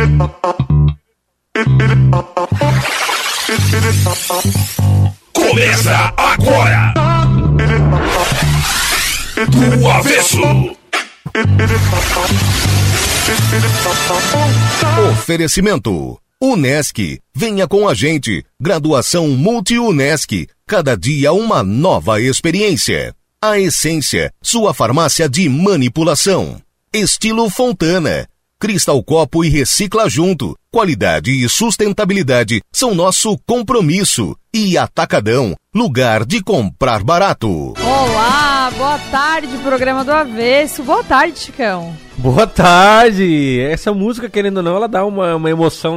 Começa agora do avesso. Oferecimento Unesc, venha com a gente. Graduação Multi-Unesc, cada dia uma nova experiência. A Essência, sua farmácia de manipulação. Estilo Fontana, Cristal Copo e Recicla Junto. Qualidade e sustentabilidade são nosso compromisso. E Atacadão, lugar de comprar barato. Olá, boa tarde, programa do Avesso. Boa tarde, Chicão. Boa tarde! Essa música, querendo ou não, ela dá uma emoção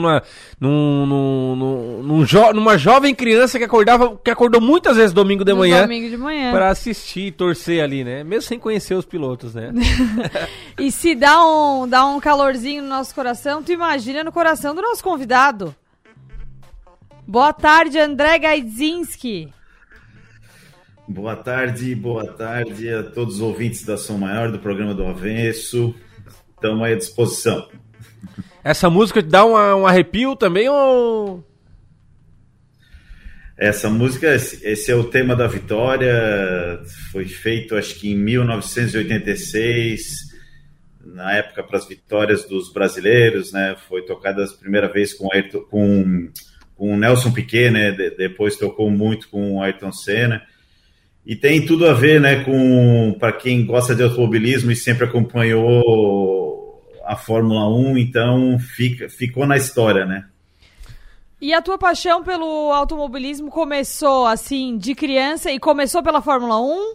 numa jovem criança que acordou muitas vezes domingo de manhã para assistir e torcer ali, né? Mesmo sem conhecer os pilotos, né? E se dá um calorzinho no nosso coração, tu imagina no coração do nosso convidado. Boa tarde, André Gaidzinski. Boa tarde a todos os ouvintes da Som Maior, do programa do Avesso. Estamos aí à disposição. Essa música te dá um arrepio também, ou... Essa música, esse é o tema da vitória, foi feito acho que em 1986, na época para as vitórias dos brasileiros, né? Foi tocada a primeira vez com o Nelson Piquet, né? Depois tocou muito com o Ayrton Senna. E tem tudo a ver, né, para quem gosta de automobilismo e sempre acompanhou a Fórmula 1, então ficou na história, né? E a tua paixão pelo automobilismo começou, assim, de criança e começou pela Fórmula 1?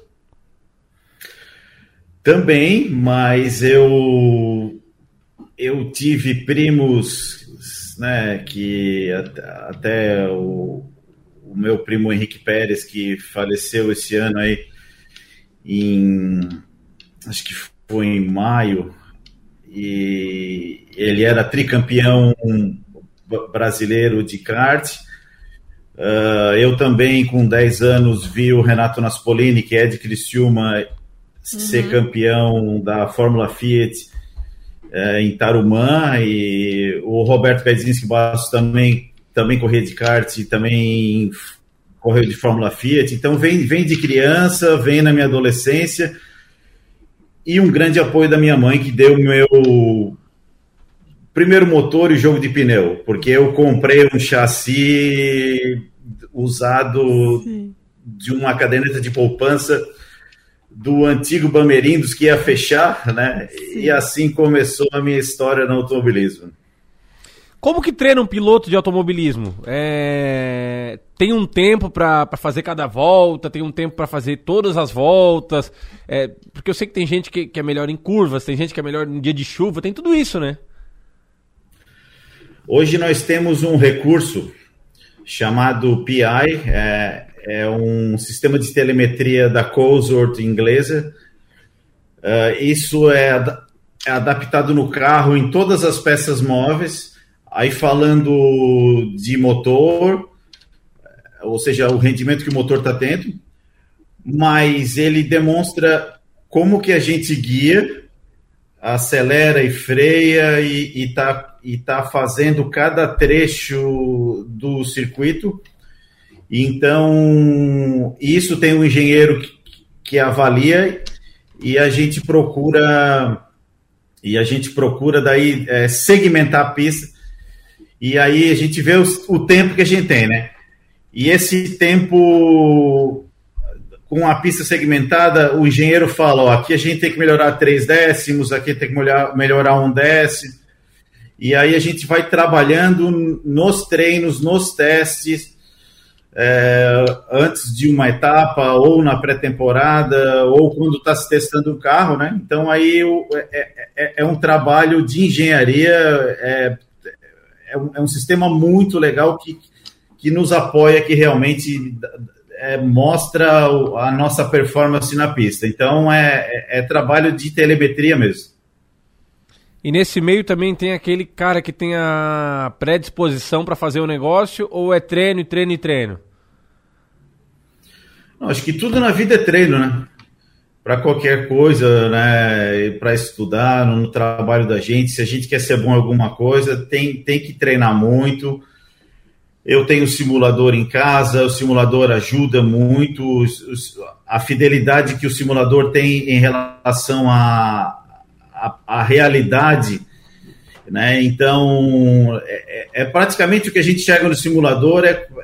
Também, mas eu tive primos, né, que até o meu primo Henrique Pérez, que faleceu esse ano aí, acho que foi em maio, e ele era tricampeão brasileiro de kart. Eu também, com 10 anos, vi o Renato Naspolini, que é de Criciúma, ser campeão da Fórmula Fiat em Tarumã, e o Roberto Gaidzinski Bastos também corria de kart e também correu de Fórmula Fiat. Então vem de criança, vem na minha adolescência, e um grande apoio da minha mãe, que deu o meu primeiro motor e jogo de pneu, porque eu comprei um chassi usado de uma caderneta de poupança do antigo Bamerindos, que ia fechar, né? Sim. E assim começou a minha história no automobilismo. Como que treina um piloto de automobilismo? Tem um tempo para fazer cada volta, tem um tempo para fazer todas as voltas, porque eu sei que tem gente que é melhor em curvas, tem gente que é melhor em dia de chuva, tem tudo isso, né? Hoje nós temos um recurso chamado PI, é um sistema de telemetria da Cosworth inglesa. Isso é adaptado no carro em todas as peças móveis. Aí falando de motor, ou seja, o rendimento que o motor está tendo, mas ele demonstra como que a gente guia, acelera e freia e tá fazendo cada trecho do circuito. Então, isso tem um engenheiro que avalia, e a gente procura daí segmentar a pista. E aí a gente vê o tempo que a gente tem, né? E esse tempo, com a pista segmentada, o engenheiro fala, aqui a gente tem que melhorar 3 décimos, aqui tem que melhorar 1 décimo. E aí a gente vai trabalhando nos treinos, nos testes, antes de uma etapa, ou na pré-temporada, ou quando está se testando o carro, né? Então aí é um trabalho de engenharia, é um sistema muito legal que nos apoia, que realmente mostra a nossa performance na pista. Então é trabalho de telemetria mesmo. E nesse meio também tem aquele cara que tem a predisposição para fazer o negócio, ou é treino e treino e treino? Não, acho que tudo na vida é treino, né? para qualquer coisa, né, para estudar no trabalho da gente. Se a gente quer ser bom em alguma coisa, tem que treinar muito. Eu tenho o simulador em casa, o simulador ajuda muito, a fidelidade que o simulador tem em relação à realidade, né? Então, praticamente o que a gente chega no simulador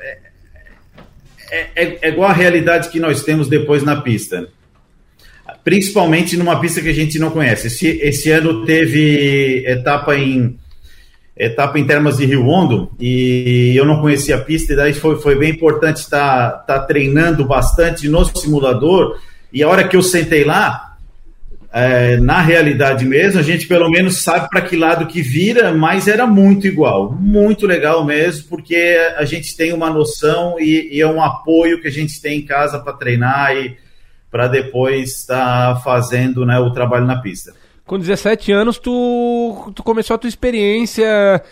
é igual à realidade que nós temos depois na pista. Principalmente numa pista que a gente não conhece. Esse ano teve etapa em Termas de Rio Hondo, e eu não conhecia a pista, e daí foi bem importante estar treinando bastante no simulador, e a hora que eu sentei lá, na realidade mesmo, a gente pelo menos sabe para que lado que vira, mas era muito igual, muito legal mesmo, porque a gente tem uma noção e é um apoio que a gente tem em casa para treinar e para depois estar fazendo, né, o trabalho na pista. Com 17 anos, tu começou a tua experiência,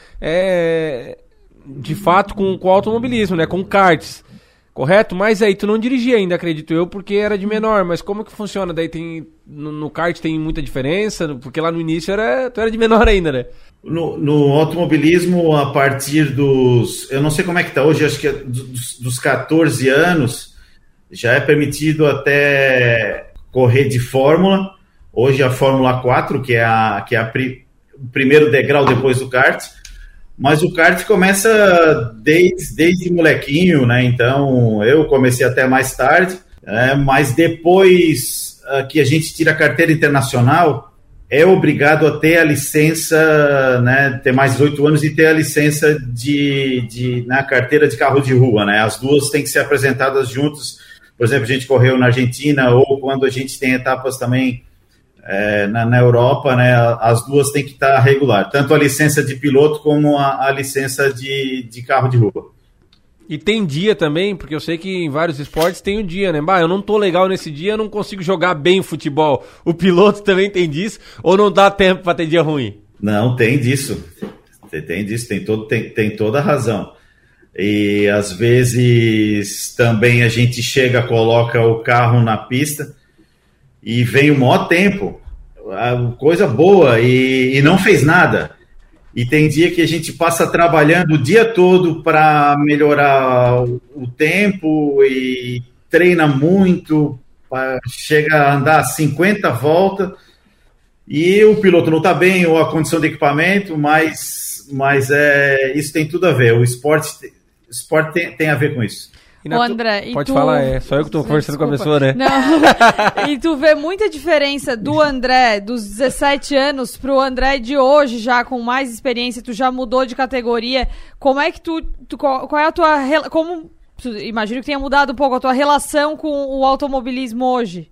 de fato, com automobilismo, né? Com karts, correto? Mas aí tu não dirigia ainda, acredito eu, porque era de menor. Mas como que funciona? Daí no kart tem muita diferença? Porque lá no início tu era de menor ainda, né? No automobilismo, a partir dos... Eu não sei como é que tá hoje, acho que dos 14 anos, já é permitido até correr de Fórmula. Hoje a Fórmula 4, que é o primeiro degrau depois do kart, mas o kart começa desde molequinho, né? Então eu comecei até mais tarde, mas depois que a gente tira a carteira internacional, é obrigado a ter a licença, né? Ter mais 18 anos e ter a licença na carteira de carro de rua, né? As duas têm que ser apresentadas juntas. Por exemplo, a gente correu na Argentina, ou quando a gente tem etapas também na Europa, né, as duas têm que estar regular, tanto a licença de piloto como a licença de carro de rua. E tem dia também, porque eu sei que em vários esportes tem um dia, né? Eu não tô legal nesse dia, eu não consigo jogar bem futebol. O piloto também tem disso, ou não dá tempo para ter dia ruim? Não, tem disso. Tem disso, tem toda a razão. E às vezes também a gente chega, coloca o carro na pista e vem o maior tempo, coisa boa, e não fez nada. E tem dia que a gente passa trabalhando o dia todo para melhorar o tempo e treina muito, chega a andar 50 voltas, e o piloto não está bem, ou a condição de equipamento, mas isso tem tudo a ver. O esporte tem a ver com isso. Ô, André, pode falar, só eu que estou conversando com a pessoa, né? Não. E tu vê muita diferença do André dos 17 anos pro André de hoje, já com mais experiência, tu já mudou de categoria. Como é que qual é a tua... Imagino que tenha mudado um pouco a tua relação com o automobilismo hoje.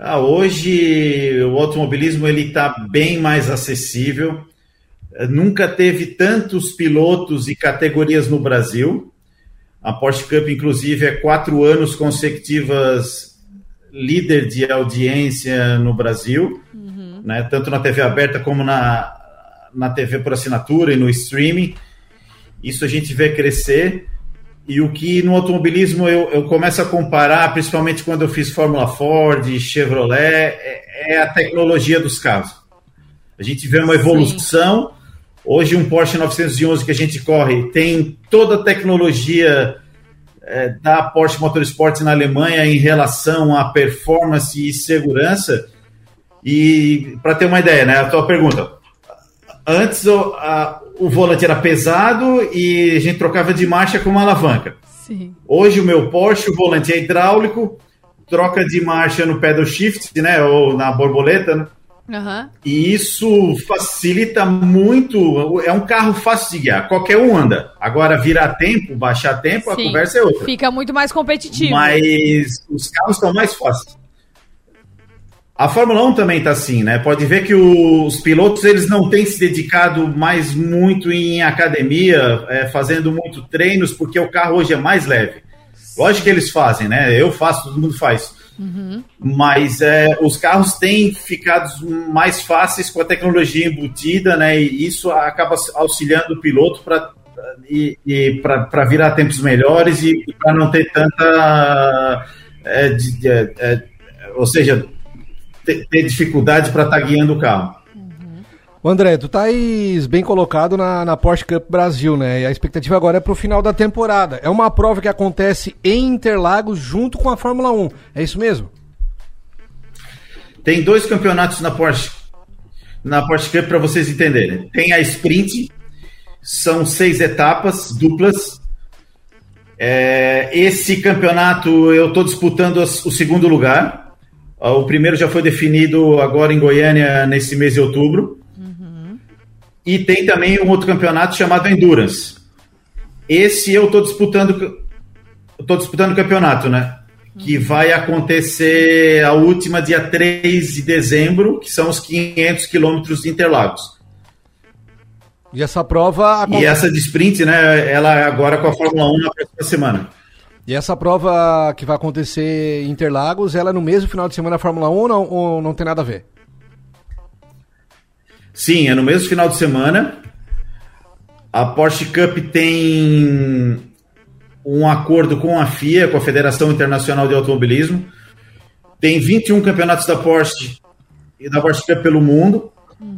Hoje o automobilismo ele está bem mais acessível. Nunca teve tantos pilotos e categorias no Brasil. A Porsche Cup, inclusive, é 4 anos consecutivas líder de audiência no Brasil, né? Tanto na TV aberta como na TV por assinatura e no streaming. Isso a gente vê crescer. E o que no automobilismo eu começo a comparar, principalmente quando eu fiz Fórmula Ford, Chevrolet, é a tecnologia dos carros. A gente vê uma evolução. Sim. Hoje um Porsche 911 que a gente corre tem toda a tecnologia da Porsche Motorsport na Alemanha em relação à performance e segurança. E para ter uma ideia, né, a tua pergunta, antes o volante era pesado e a gente trocava de marcha com uma alavanca. Sim. Hoje o meu Porsche, o volante é hidráulico, troca de marcha no pedal shift, né, ou na borboleta, né? Uhum. E isso facilita muito. É um carro fácil de guiar, qualquer um anda. Agora, virar tempo, baixar tempo, sim, a conversa é outra. Fica muito mais competitivo. Mas os carros estão mais fáceis. A Fórmula 1 também está assim, né? Pode ver que os pilotos eles não têm se dedicado mais muito em academia, fazendo muito treinos, porque o carro hoje é mais leve. Lógico que eles fazem, né? Eu faço, todo mundo faz. Uhum. Mas os carros têm ficado mais fáceis com a tecnologia embutida, né? E isso acaba auxiliando o piloto para virar tempos melhores e para não ter tanta... ou seja, ter dificuldade para estar guiando o carro. André, tu estás bem colocado na Porsche Cup Brasil, né? E a expectativa agora é pro final da temporada. É uma prova que acontece em Interlagos junto com a Fórmula 1. É isso mesmo? Tem 2 campeonatos na Porsche Cup para vocês entenderem. Tem a Sprint, são 6 etapas duplas. Esse campeonato eu estou disputando o segundo lugar. O primeiro já foi definido agora em Goiânia nesse mês de outubro. E tem também um outro campeonato chamado Endurance. Esse eu estou disputando o campeonato, né? Que vai acontecer a última dia 3 de dezembro, que são os 500 quilômetros de Interlagos. E essa prova... E essa de sprint, né? Ela é agora com a Fórmula 1 na próxima semana. E essa prova que vai acontecer em Interlagos, ela é no mesmo final de semana da Fórmula 1 ou não tem nada a ver? Sim, é no mesmo final de semana. A Porsche Cup tem um acordo com a FIA, com a Federação Internacional de Automobilismo. Tem 21 campeonatos da Porsche e da Porsche Cup pelo mundo.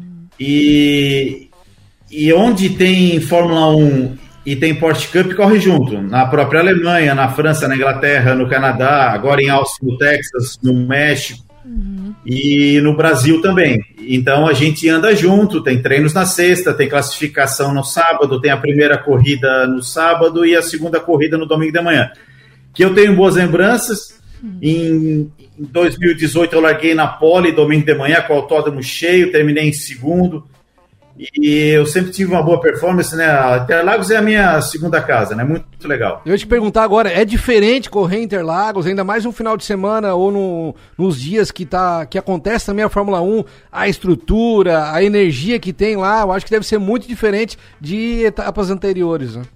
E onde tem Fórmula 1 e tem Porsche Cup, corre junto. Na própria Alemanha, na França, na Inglaterra, no Canadá, agora em Austin, no Texas, no México. E no Brasil também. Então a gente anda junto, tem treinos na sexta, tem classificação no sábado, tem a primeira corrida no sábado e a segunda corrida no domingo de manhã. Que eu tenho boas lembranças. Em 2018 eu larguei na pole domingo de manhã com o autódromo cheio, terminei em segundo. E eu sempre tive uma boa performance, né? A Interlagos é a minha segunda casa, né? Muito legal. Eu ia te perguntar agora, é diferente correr em Interlagos, ainda mais no final de semana ou nos dias que acontece também a Fórmula 1, a estrutura, a energia que tem lá, eu acho que deve ser muito diferente de etapas anteriores, né?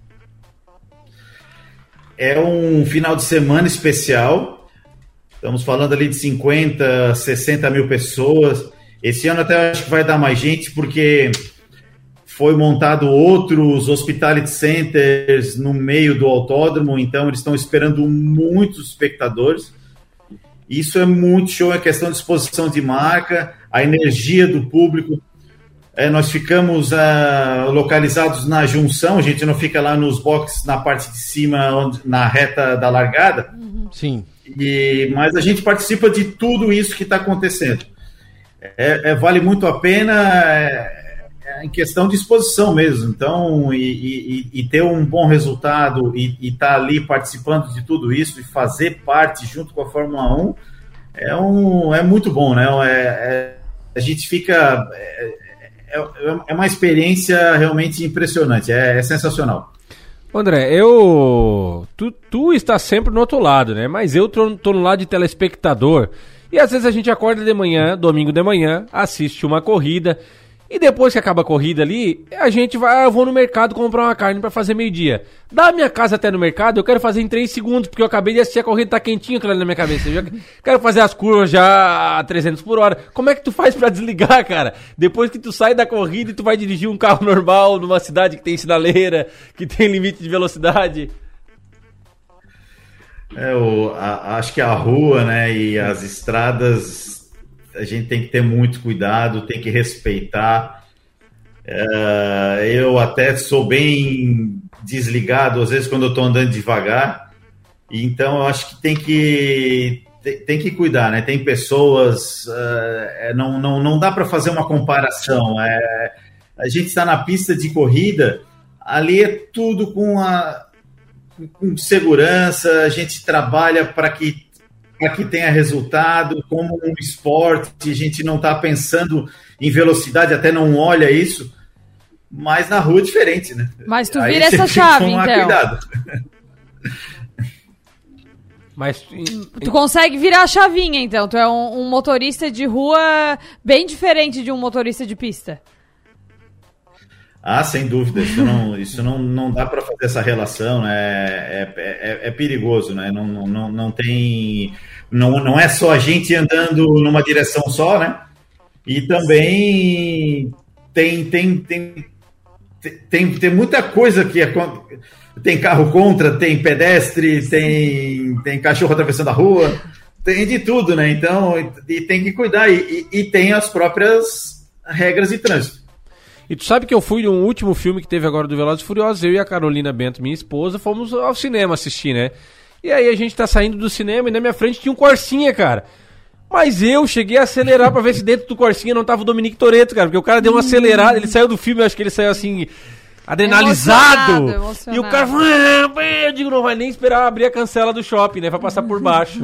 É um final de semana especial, estamos falando ali de 50, 60 mil pessoas. Esse ano até acho que vai dar mais gente, porque foi montado outros hospitality centers no meio do autódromo, então eles estão esperando muitos espectadores. Isso é muito show, é questão de exposição de marca, a energia do público. Nós ficamos localizados na junção, a gente não fica lá nos boxes na parte de cima, na reta da largada. Sim. Mas a gente participa de tudo isso que está acontecendo. Vale muito a pena em questão de exposição mesmo. Então, e ter um bom resultado e estar ali participando de tudo isso e fazer parte junto com a Fórmula 1 é muito bom, né? A gente fica... É uma experiência realmente impressionante, é sensacional. André, tu está sempre no outro lado, né? Mas eu tô no lado de telespectador. E às vezes a gente acorda de manhã, domingo de manhã, assiste uma corrida. E depois que acaba a corrida ali, a gente vai, eu vou no mercado comprar uma carne pra fazer meio-dia. Da minha casa até no mercado, eu quero fazer em 3 segundos, porque eu acabei de assistir a corrida, tá quentinho aquilo ali na minha cabeça. Eu já quero fazer as curvas já a 300 por hora. Como é que tu faz pra desligar, cara? Depois que tu sai da corrida e tu vai dirigir um carro normal numa cidade que tem sinaleira, que tem limite de velocidade? Acho que a rua, né, e as estradas... A gente tem que ter muito cuidado, tem que respeitar. Eu até sou bem desligado, às vezes, quando eu estou andando devagar. Então, eu acho que tem que cuidar, né? Tem pessoas... não dá para fazer uma comparação. A gente está na pista de corrida, ali é tudo com segurança, a gente trabalha para que tenha resultado, como um esporte, a gente não está pensando em velocidade, até não olha isso, mas na rua é diferente, né? Mas tu vira essa chave, então. Cuidado. Mas tu consegue virar a chavinha, então. Tu é um motorista de rua bem diferente de um motorista de pista. Sem dúvida, isso não dá para fazer essa relação, né? É perigoso, né? Não tem, não é só a gente andando numa direção só, né? E também tem muita coisa que tem carro contra, tem pedestre, tem cachorro atravessando a rua, tem de tudo, né? Então, e tem que cuidar. E tem as próprias regras de trânsito. E tu sabe que eu fui no último filme que teve agora do Velozes e Furiosos, eu e a Carolina Bento, minha esposa, fomos ao cinema assistir, né? E aí a gente tá saindo do cinema e na minha frente tinha um Corsinha, cara. Mas eu cheguei a acelerar pra ver se dentro do Corsinha não tava o Dominique Toretto, cara. Porque o cara deu uma acelerada, ele saiu do filme, eu acho que ele saiu assim, adrenalizado. Emocionado. E o cara falou, eu digo, não vai nem esperar abrir a cancela do shopping, né? Vai passar por baixo.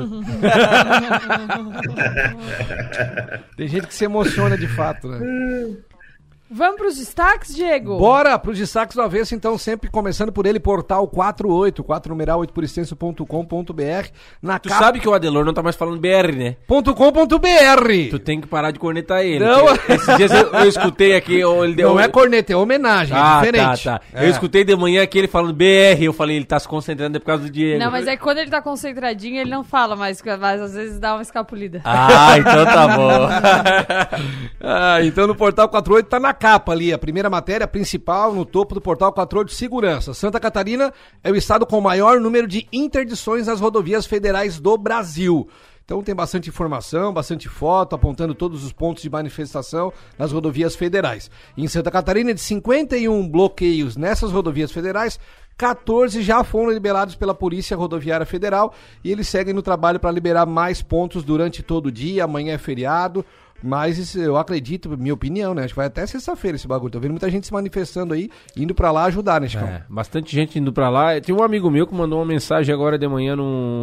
Tem gente que se emociona de fato, né? Vamos pros destaques, Diego? Bora pros destaques do avesso, então, sempre começando por ele, portal 48, 4 numeral 8porextenso.com.br. Tu sabe que o Adelor não tá mais falando BR, né? .com.br. Tu tem que parar de cornetar ele. Não. Esses dias eu escutei aqui... Ele deu... Não é corneta, é homenagem, é diferente. Tá. É. Eu escutei de manhã aqui ele falando BR, eu falei, ele tá se concentrando por causa do Diego. Não, mas é que quando ele tá concentradinho, ele não fala mais, mas às vezes dá uma escapulida. Ah, então tá bom. Então no portal 48 tá na capa ali, a primeira matéria principal no topo do portal 48 de segurança. Santa Catarina é o estado com o maior número de interdições nas rodovias federais do Brasil. Então tem bastante informação, bastante foto, apontando todos os pontos de manifestação nas rodovias federais. Em Santa Catarina, de 51 bloqueios nessas rodovias federais, 14 já foram liberados pela Polícia Rodoviária Federal e eles seguem no trabalho para liberar mais pontos durante todo o dia. Amanhã é feriado. Mas isso, eu acredito, minha opinião, né? Acho que vai até sexta-feira esse bagulho. Tô vendo muita gente se manifestando aí, indo pra lá ajudar, né, Chicão? Bastante gente indo pra lá. Tem um amigo meu que mandou uma mensagem agora de manhã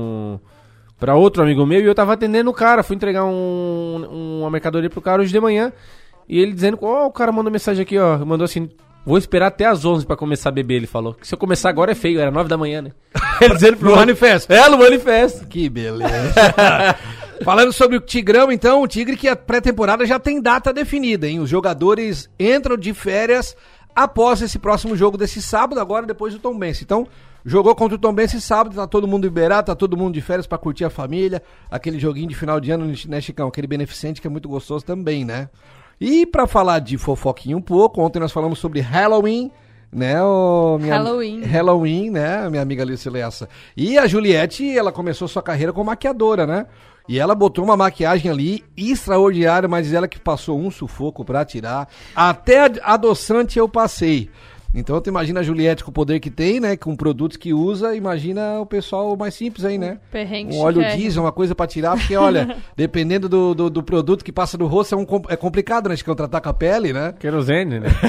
pra outro amigo meu e eu tava atendendo o cara. Fui entregar uma mercadoria pro cara hoje de manhã. E ele dizendo, o cara mandou mensagem aqui, ó. Mandou assim, vou esperar até as 11 pra começar a beber, ele falou. Se eu começar agora é feio, era 9 da manhã, né? Ele dizendo pro manifesto. No manifesto. Que beleza. Falando sobre o Tigrão, então, o Tigre que a pré-temporada já tem data definida, hein? Os jogadores entram de férias após esse próximo jogo desse sábado, agora depois do Tombense. Então, jogou contra o Tombense sábado, tá todo mundo liberado, tá todo mundo de férias pra curtir a família, aquele joguinho de final de ano, né, Chicão? Aquele beneficente que é muito gostoso também, né? E pra falar de fofoquinha um pouco, ontem nós falamos sobre Halloween, né, Halloween, né, minha amiga Alice Lessa. E a Juliette, ela começou sua carreira como maquiadora, né? E ela botou uma maquiagem ali extraordinária, mas diz ela que passou um sufoco pra tirar. Até adoçante eu passei. Então tu imagina a Juliette com o poder que tem, né? Com produtos que usa, imagina o pessoal mais simples aí, né? Perrengue um óleo diesel, uma coisa pra tirar, porque olha, dependendo do produto que passa no rosto, é complicado, né? De contratar com a pele, né? Querosene, né?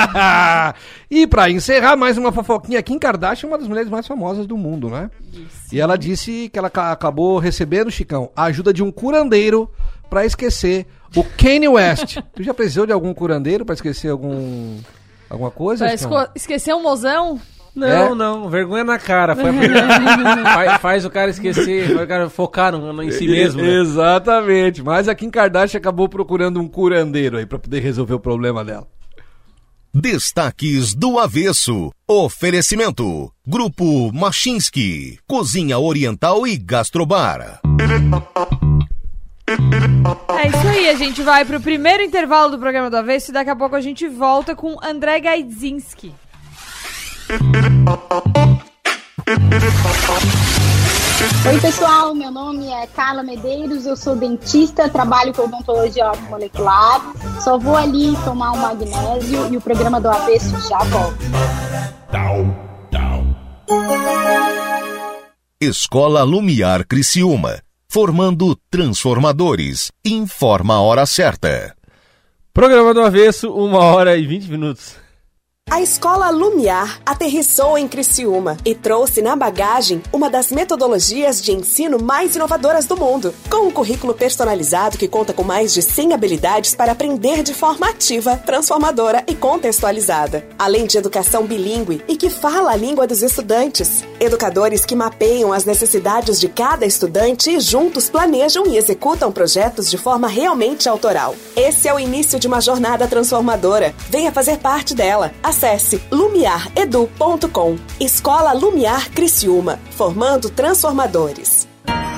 E pra encerrar, mais uma fofoquinha, Kim Kardashian é uma das mulheres mais famosas do mundo, né? Isso. E ela disse que ela acabou recebendo, Chicão, a ajuda de um curandeiro pra esquecer o Kanye West. Tu já precisou de algum curandeiro pra esquecer alguma coisa? Esquecer um mozão? Não, vergonha na cara. Faz o cara esquecer, faz o cara focar em si mesmo. Né? Exatamente, mas a Kim Kardashian acabou procurando um curandeiro aí pra poder resolver o problema dela. Destaques do avesso. Oferecimento. Grupo Machinski. Cozinha Oriental e Gastrobar. É isso aí, a gente vai pro primeiro intervalo do programa do Avesso e daqui a pouco a gente volta com André Gaidzinski. Oi pessoal, meu nome é Carla Medeiros, eu sou dentista, trabalho com odontologia molecular, só vou ali tomar um magnésio e o programa do Avesso já volta. Escola Lumiar Criciúma, formando transformadores. Informa a hora certa. Programa do Avesso, 1h20. A Escola Lumiar aterrissou em Criciúma e trouxe na bagagem uma das metodologias de ensino mais inovadoras do mundo, com um currículo personalizado que conta com mais de 100 habilidades para aprender de forma ativa, transformadora e contextualizada, além de educação bilíngue e que fala a língua dos estudantes. Educadores que mapeiam as necessidades de cada estudante e juntos planejam e executam projetos de forma realmente autoral. Esse é o início de uma jornada transformadora. Venha fazer parte dela. Acesse lumiaredu.com. Escola Lumiar Criciúma, formando transformadores.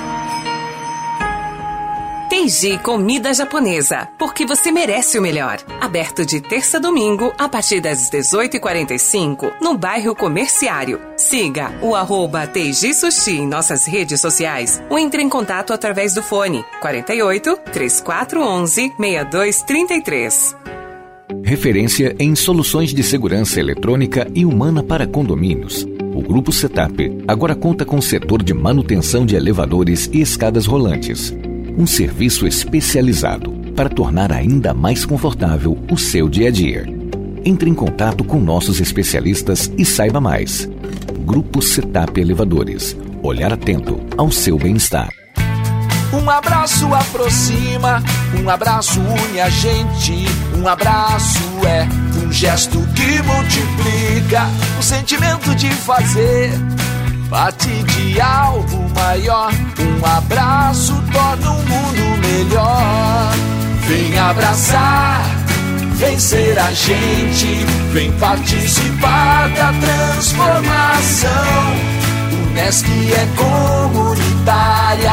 Teiji Comida Japonesa, porque você merece o melhor. Aberto de terça a domingo, a partir das 18h45, no bairro Comerciário. Siga o @TG Sushi em nossas redes sociais ou entre em contato através do fone 48 3411 6233. Referência em soluções de segurança eletrônica e humana para condomínios. O Grupo Setup agora conta com o setor de manutenção de elevadores e escadas rolantes. Um serviço especializado para tornar ainda mais confortável o seu dia a dia. Entre em contato com nossos especialistas e saiba mais. Grupo Setup Elevadores. Olhar atento ao seu bem-estar. Um abraço aproxima, um abraço une a gente. Um abraço é um gesto que multiplica o sentimento de fazer parte de algo maior. Um abraço torna um mundo melhor. Vem abraçar, vem ser a gente, vem participar da transformação. Unesc é comunitária,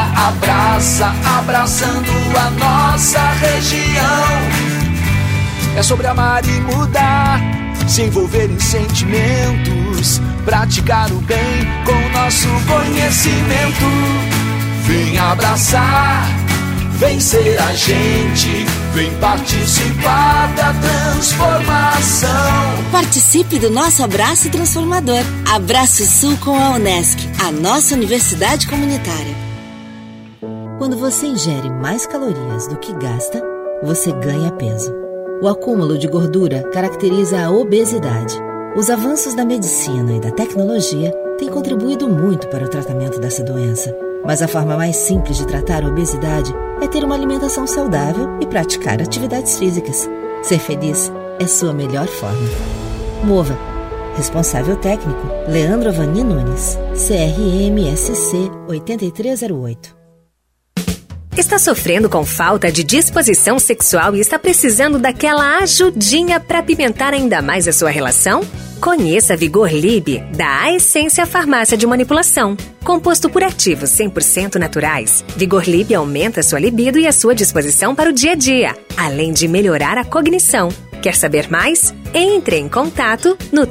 abraçando a nossa região. É sobre amar e mudar, se envolver em sentimentos, praticar o bem com nosso conhecimento. Vem abraçar, vem ser a gente, vem participar da transformação. Participe do nosso abraço transformador. Abraço Sul com a Unesc, a nossa universidade comunitária. Quando você ingere mais calorias do que gasta, você ganha peso. O acúmulo de gordura caracteriza a obesidade. Os avanços da medicina e da tecnologia têm contribuído muito para o tratamento dessa doença. Mas a forma mais simples de tratar a obesidade é ter uma alimentação saudável e praticar atividades físicas. Ser feliz é sua melhor forma. Mova. Responsável técnico, Leandro Avani Nunes. CRMSC 8308. Está sofrendo com falta de disposição sexual e está precisando daquela ajudinha para apimentar ainda mais a sua relação? Conheça Vigor Lib, da A Essência Farmácia de Manipulação. Composto por ativos 100% naturais, Vigor Lib aumenta a sua libido e a sua disposição para o dia a dia, além de melhorar a cognição. Quer saber mais? Entre em contato no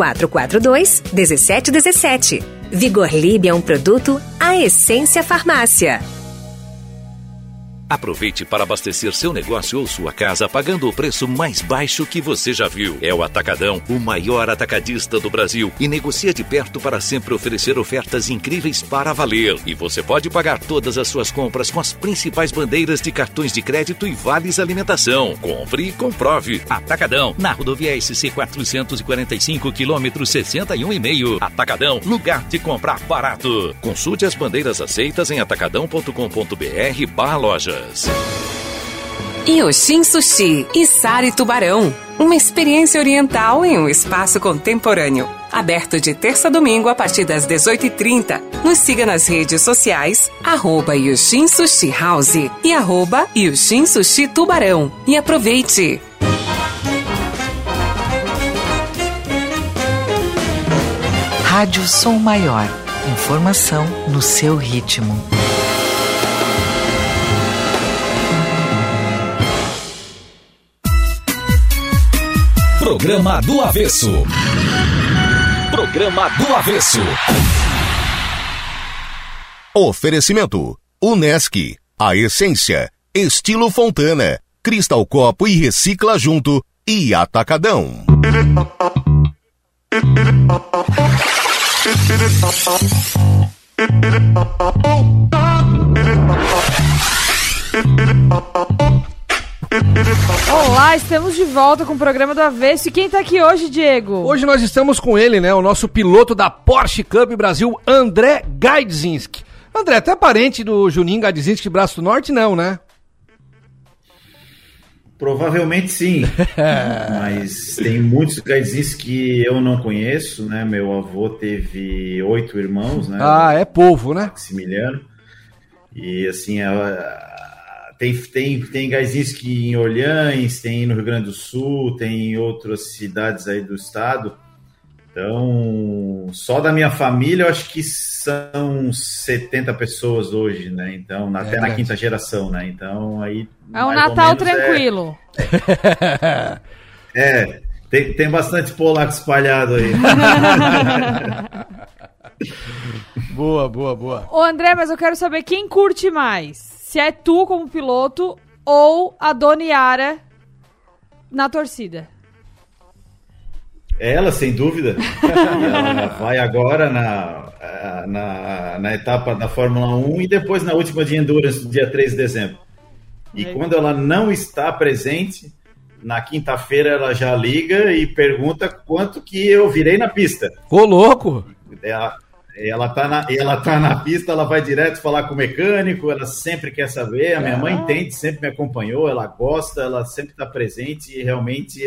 3442-1717. Vigor Lib é um produto A Essência Farmácia. Aproveite para abastecer seu negócio ou sua casa pagando o preço mais baixo que você já viu. É o Atacadão, o maior atacadista do Brasil, e negocia de perto para sempre oferecer ofertas incríveis para valer. E você pode pagar todas as suas compras com as principais bandeiras de cartões de crédito e vales alimentação. Compre e comprove. Atacadão, na rodovia SC 445, quilômetro 61,5. Atacadão, lugar de comprar barato. Consulte as bandeiras aceitas em atacadão.com.br/loja. Yoshin Sushi e Sari Tubarão. Uma experiência oriental em um espaço contemporâneo. Aberto de terça a domingo a partir das 18h30. Nos siga nas redes sociais, @Yoshin Sushi House e @Yoshin Sushi Tubarão. E aproveite! Rádio Som Maior. Informação no seu ritmo. Programa do Avesso. Programa do Avesso. Oferecimento: Unesc, A Essência, Estilo Fontana, Cristal Copo e Recicla Junto e Atacadão. Olá, estamos de volta com o programa do Avesso. E quem tá aqui hoje, Diego? Hoje nós estamos com ele, né? O nosso piloto da Porsche Cup Brasil, André Gaidzinski. André, até parente do Juninho Gaidzinski de Braço do Norte, não, né? Provavelmente sim. Mas tem muitos Gaidzinski que eu não conheço, né? Meu avô teve 8 irmãos, né? Ah, é povo, né? Maximiliano. E assim, tem Gaidzinski em Orleans, tem no Rio Grande do Sul, tem em outras cidades aí do estado. Então, só da minha família, eu acho que são 70 pessoas hoje, né? Então, até na quinta geração, né? Então, aí... É um Natal tranquilo. Tem bastante polaco espalhado aí. Boa, boa, boa. Ô, André, mas eu quero saber quem curte mais. Se é tu como piloto ou a Dona Yara na torcida. Ela, sem dúvida. Ela vai agora na etapa da Fórmula 1 e depois na última de Endurance, no dia 3 de dezembro. E quando ela não está presente, na quinta-feira ela já liga e pergunta quanto que eu virei na pista. Ô, louco! Ela tá na pista, ela vai direto falar com o mecânico, ela sempre quer saber, a minha mãe entende, sempre me acompanhou, ela gosta, ela sempre está presente e realmente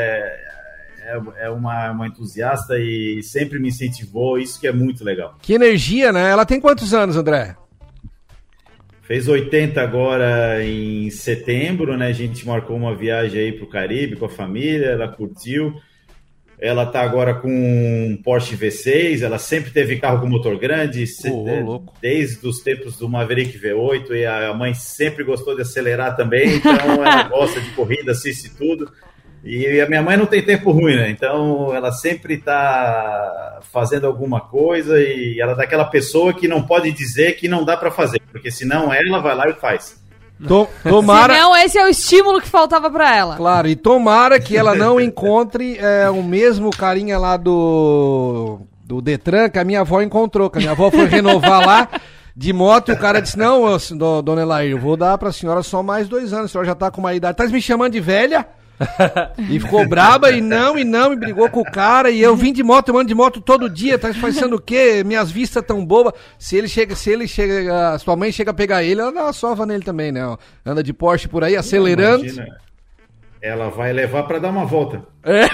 é uma entusiasta e sempre me incentivou, isso que é muito legal. Que energia, né? Ela tem quantos anos, André? Fez 80 agora em setembro, né? A gente marcou uma viagem aí pro Caribe com a família, ela curtiu. Ela tá agora com um Porsche V6, ela sempre teve carro com motor grande, desde os tempos do Maverick V8, e a mãe sempre gostou de acelerar também, então ela gosta de corrida, assiste tudo. E a minha mãe não tem tempo ruim, né? Então ela sempre tá fazendo alguma coisa e ela é daquela pessoa que não pode dizer que não dá para fazer, porque senão ela vai lá e faz. Tomara... Senão esse é o estímulo que faltava pra ela. Claro, e tomara que ela não encontre o mesmo carinha lá do Detran que a minha avó encontrou, que a minha avó foi renovar lá de moto e o cara disse, não, dona Elair, eu vou dar pra senhora só mais 2 anos, a senhora já tá com uma idade, tá me chamando de velha? E ficou braba e me brigou com o cara. E eu vim de moto, eu ando de moto todo dia. Tá fazendo o quê? Minhas vistas tão bobas. Se ele chega, sua mãe chega a pegar ele, ela dá uma sova nele também, né? Anda de Porsche por aí, acelerando. Imagina. Ela vai levar pra dar uma volta.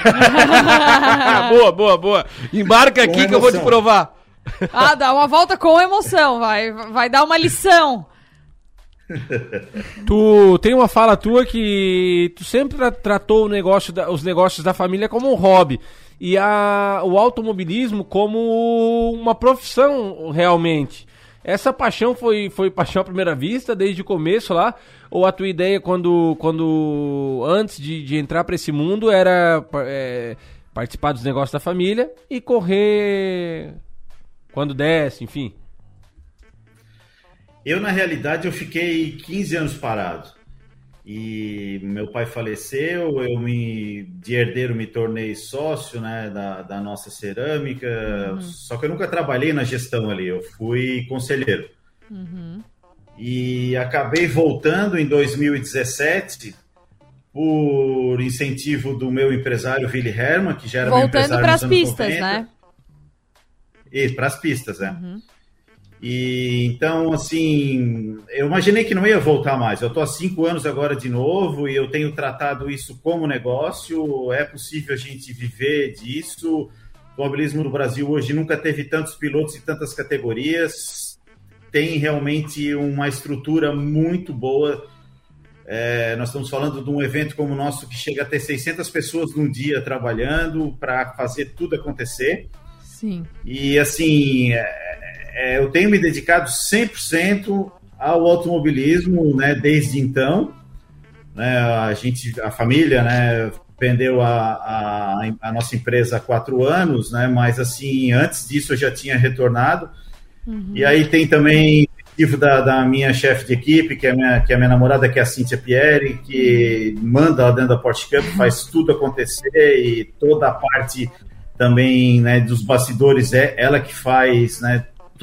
Boa. Embarca aqui que eu vou te provar. Dá uma volta com emoção, vai dar uma lição. Tu tem uma fala tua que tu sempre tratou os negócios da família como um hobby e o automobilismo como uma profissão realmente. Essa paixão foi paixão à primeira vista desde o começo lá? Ou a tua ideia quando antes de entrar para esse mundo era participar dos negócios da família e correr quando desse, enfim? Eu, na realidade, eu fiquei 15 anos parado. E meu pai faleceu, de herdeiro me tornei sócio, né, da nossa cerâmica, só que eu nunca trabalhei na gestão ali, eu fui conselheiro. E acabei voltando em 2017 por incentivo do meu empresário Willy Hermann, que já era meu empresário nos anos 90. Voltando para as pistas, né? E para as pistas, né? E então, assim, eu imaginei que não ia voltar mais. Eu estou há 5 anos agora de novo e eu tenho tratado isso como negócio. É possível a gente viver disso. O automobilismo no Brasil hoje nunca teve tantos pilotos e tantas categorias. Tem realmente uma estrutura muito boa. Nós estamos falando de um evento como o nosso que chega a ter 600 pessoas num dia trabalhando para fazer tudo acontecer. Sim. E, assim... eu tenho me dedicado 100% ao automobilismo, né, desde então. Né, a família, né, vendeu a nossa empresa há 4 anos, né, mas assim, antes disso eu já tinha retornado. E aí tem também o da minha chefe de equipe, que é a minha namorada, que é a Cíntia Pierre, que manda lá dentro da Porsche Cup, faz tudo acontecer e toda a parte também, né, dos bastidores é ela que faz, né,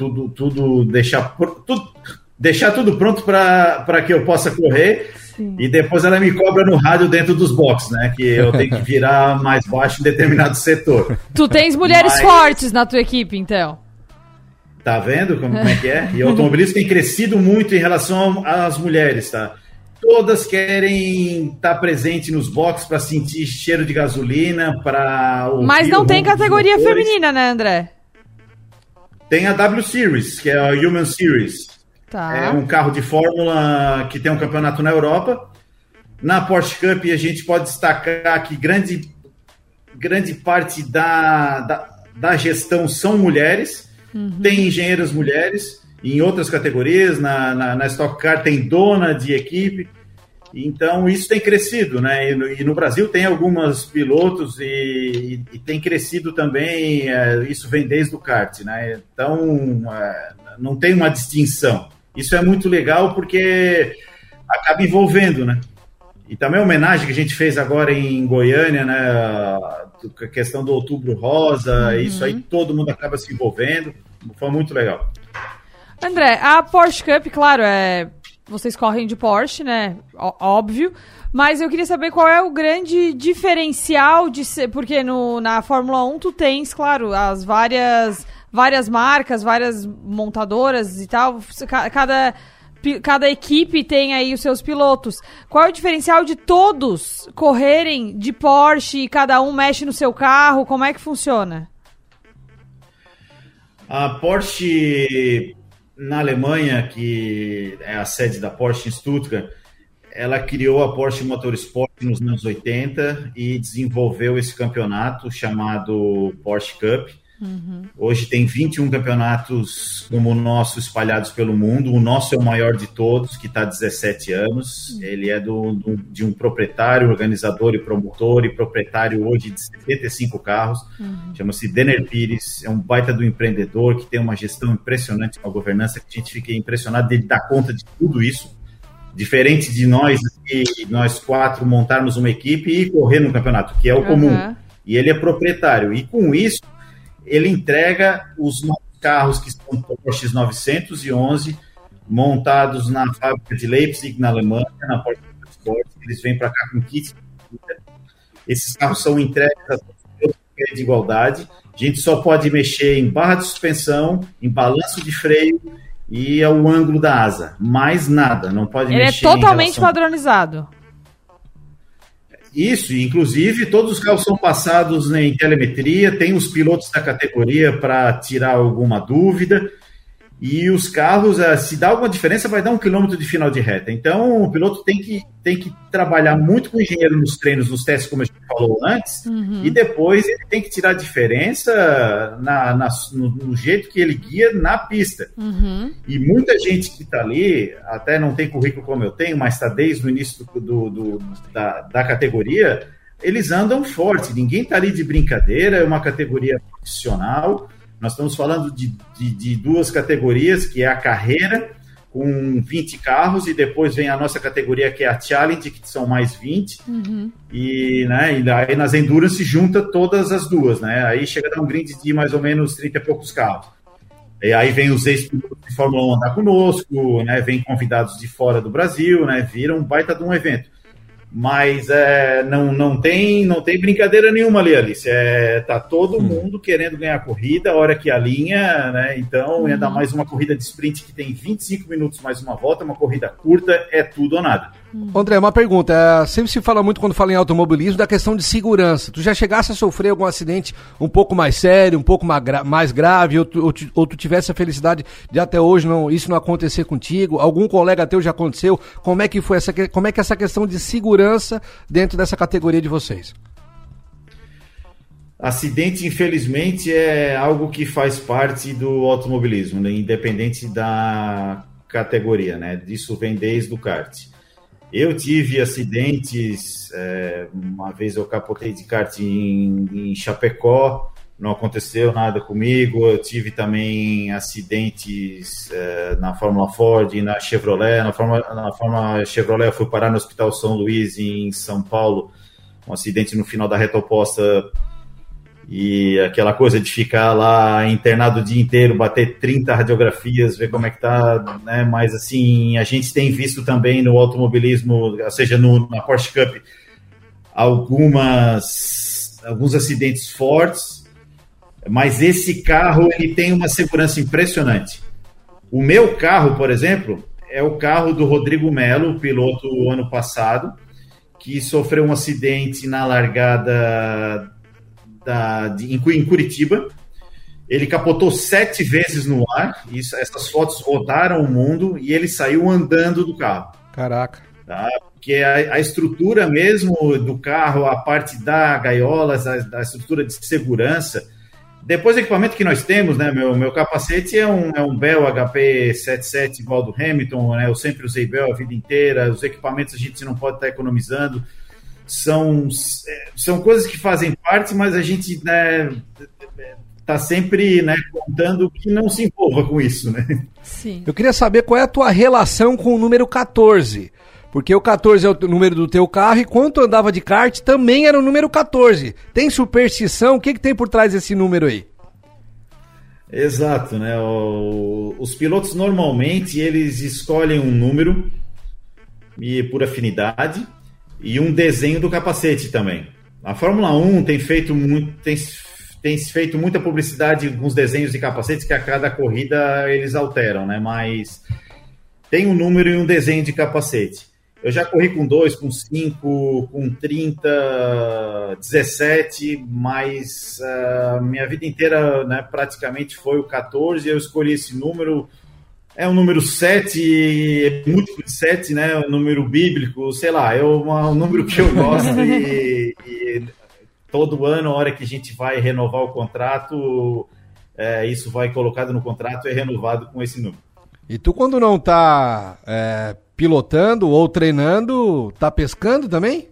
deixar tudo pronto para que eu possa correr. Sim. E depois ela me cobra no rádio dentro dos boxes, né? Que eu tenho que virar mais baixo em determinado setor. Tu tens mulheres fortes na tua equipe, então. Tá vendo como é que é? E o automobilismo tem crescido muito em relação às mulheres, tá? Todas querem estar presente nos boxes para sentir cheiro de gasolina, para... Mas não tem categoria feminina, né, André? Tem a W Series, que é a Human Series. Tá. É um carro de fórmula que tem um campeonato na Europa. Na Porsche Cup a gente pode destacar que grande parte da gestão são mulheres. Tem engenheiras mulheres. Em outras categorias, na Stock Car tem dona de equipe. Então, isso tem crescido, né? E no Brasil tem alguns pilotos e tem crescido também, isso vem desde o kart, né? Então, não tem uma distinção. Isso é muito legal porque acaba envolvendo, né? E também a homenagem que a gente fez agora em Goiânia, né? A questão do Outubro Rosa, isso aí todo mundo acaba se envolvendo. Foi muito legal. André, a Porsche Cup, claro, vocês correm de Porsche, né? Óbvio. Mas eu queria saber qual é o grande diferencial de ser... Porque na Fórmula 1 tu tens, claro, as várias marcas, várias montadoras e tal. Cada equipe tem aí os seus pilotos. Qual é o diferencial de todos correrem de Porsche e cada um mexe no seu carro? Como é que funciona? A Porsche... Na Alemanha, que é a sede da Porsche em Stuttgart, ela criou a Porsche Motorsport nos anos 80 e desenvolveu esse campeonato chamado Porsche Cup. Hoje tem 21 campeonatos como o nosso espalhados pelo mundo. O nosso é o maior de todos, que está há 17 anos. Ele é de um proprietário, organizador e promotor, e proprietário hoje de 75 carros. Chama-se Denner Pires, é um baita do empreendedor que tem uma gestão impressionante, uma governança que a gente fica impressionado dele dar conta de tudo isso. Diferente de nós 4 montarmos uma equipe e correr no campeonato, que é o comum. E ele é proprietário. E com isso, ele entrega os novos carros que são Porsche 911 montados na fábrica de Leipzig, na Alemanha, na Porsche Motorsport. Eles vêm para cá com kits. Esses carros são entregues a de igualdade. A gente só pode mexer em barra de suspensão, em balanço de freio e ao ângulo da asa. Mais nada, não pode mexer. Ele é totalmente padronizado. Isso, inclusive todos os carros são passados em telemetria, tem os pilotos da categoria para tirar alguma dúvida, e os carros, se dá alguma diferença, vai dar 1 quilômetro de final de reta. Então o piloto tem que trabalhar muito com o engenheiro nos treinos, nos testes, como a gente falou antes, e depois ele tem que tirar a diferença no jeito que ele guia na pista. E muita gente que está ali, até não tem currículo como eu tenho, mas está desde o início da categoria, eles andam forte, ninguém está ali de brincadeira, é uma categoria profissional. Nós estamos falando de 2 categorias, que é a carreira, com 20 carros, e depois vem a nossa categoria, que é a Challenge, que são mais 20, e aí nas Endurance junta todas as duas, né? Aí chega a dar um grid de mais ou menos 30 e poucos carros. E aí vem os ex-pilotos de Fórmula 1 andar conosco, né? Vem convidados de fora do Brasil, né? Vira um baita de um evento. Mas não tem brincadeira nenhuma ali, Alice. Tá todo mundo querendo ganhar a corrida, a hora que alinha, né? Então, ainda mais uma corrida de sprint que tem 25 minutos mais uma volta, uma corrida curta, é tudo ou nada. André, uma pergunta. Sempre se fala muito, quando fala em automobilismo, da questão de segurança. Tu já chegasse a sofrer algum acidente um pouco mais sério, um pouco mais grave, ou tu tivesse a felicidade de até hoje isso não acontecer contigo? Algum colega teu já aconteceu? Como é que foi como é que essa questão de segurança dentro dessa categoria de vocês? Acidente, infelizmente, é algo que faz parte do automobilismo, né? Independente da categoria, né? Isso vem desde o kart. Eu tive acidentes, uma vez eu capotei de kart em Chapecó, não aconteceu nada comigo. Eu tive também acidentes na Fórmula Ford e na Chevrolet. Na Fórmula Chevrolet eu fui parar no Hospital São Luís, em São Paulo, um acidente no final da reta oposta, e aquela coisa de ficar lá internado o dia inteiro, bater 30 radiografias, ver como é que tá, né? Mas assim, a gente tem visto também no automobilismo, ou seja, na Porsche Cup, alguns acidentes fortes, mas esse carro ele tem uma segurança impressionante. O meu carro, por exemplo, é o carro do Rodrigo Melo, piloto ano passado, que sofreu um acidente na largada em Curitiba. Ele capotou 7 vezes no ar. Essas fotos rodaram o mundo e ele saiu andando do carro. Caraca. Tá? Porque a estrutura mesmo do carro, a parte da gaiola, a estrutura de segurança, Depois do equipamento que nós temos, né, meu capacete é um Bell HP 77 igual do Hamilton, né, eu sempre usei Bell a vida inteira, os equipamentos a gente não pode estar economizando, são coisas que fazem parte, mas a gente, né, tá sempre, né, contando que não se envolva com isso, né? Sim. Eu queria saber qual é a tua relação com o número 14, porque o 14 é o número do teu carro e quando tu andava de kart também era o número 14. Tem superstição? O que tem por trás desse número aí? Exato, né? Os pilotos normalmente eles escolhem um número e por afinidade e um desenho do capacete também. A Fórmula 1 tem feito muita publicidade com os desenhos de capacetes que a cada corrida eles alteram, né? Mas tem um número e um desenho de capacete. Eu já corri com 2, com 5, com 30, 17, mas minha vida inteira, né, praticamente foi o 14, eu escolhi esse número. É um número 7, é múltiplo de 7, né? Um número bíblico, sei lá, é um número que eu gosto e todo ano, a hora que a gente vai renovar o contrato, isso vai colocado no contrato e é renovado com esse número. E tu, quando não tá pilotando ou treinando, tá pescando também?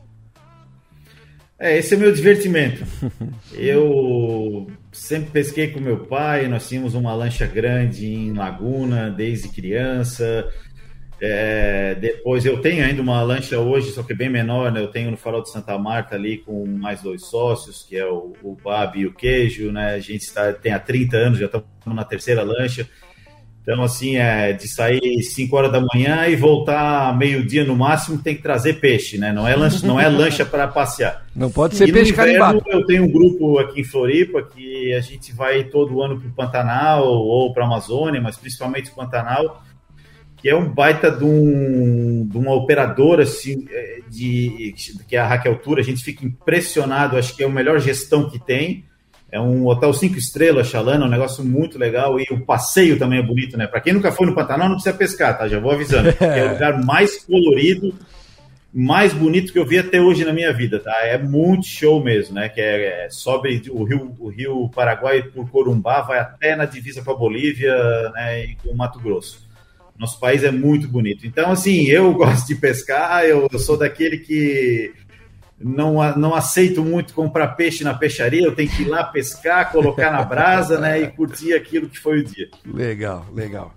Esse é meu divertimento. Eu sempre pesquei com meu pai, nós tínhamos uma lancha grande em Laguna desde criança. Depois eu tenho ainda uma lancha hoje, só que bem menor, né? Eu tenho no Farol de Santa Marta ali com mais 2 sócios, que é o Babi e o Queijo, né? A gente tem há 30 anos, já estamos na 3ª lancha. Então, assim, de sair 5 horas da manhã e voltar meio-dia no máximo, tem que trazer peixe, né? Não é lancha para passear. Não pode ser peixe carimbado. Eu tenho um grupo aqui em Floripa que a gente vai todo ano para o Pantanal ou para a Amazônia, mas principalmente o Pantanal, que é um baita de uma operadora assim, que é a Raquel Tour. A gente fica impressionado, acho que é a melhor gestão que tem. É um hotel 5 estrelas, Chalana, um negócio muito legal. E o passeio também é bonito, né? Para quem nunca foi no Pantanal, não precisa pescar, tá? Já vou avisando. É o lugar mais colorido, mais bonito que eu vi até hoje na minha vida, tá? É muito show mesmo, né? Que sobe o rio Paraguai por Corumbá, vai até na divisa com a Bolívia, né? E com o Mato Grosso. Nosso país é muito bonito. Então, assim, eu gosto de pescar, eu sou daquele que não aceito muito comprar peixe na peixaria, eu tenho que ir lá pescar, colocar na brasa, né, e curtir aquilo que foi o dia. Legal, legal.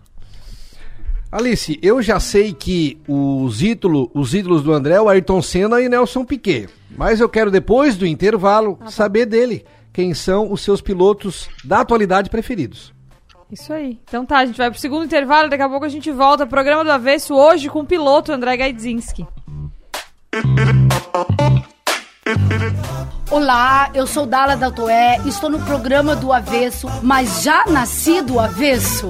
Alice, eu já sei que os ídolos do André, o Ayrton Senna e Nelson Piquet, mas eu quero depois do intervalo saber dele, quem são os seus pilotos da atualidade preferidos. Isso aí. Então tá, a gente vai pro segundo intervalo, daqui a pouco a gente volta. Programa do Avesso hoje com o piloto André Gaidzinski. Olá, eu sou Dala Daltoé, estou no programa do Avesso, mas já nasci do avesso.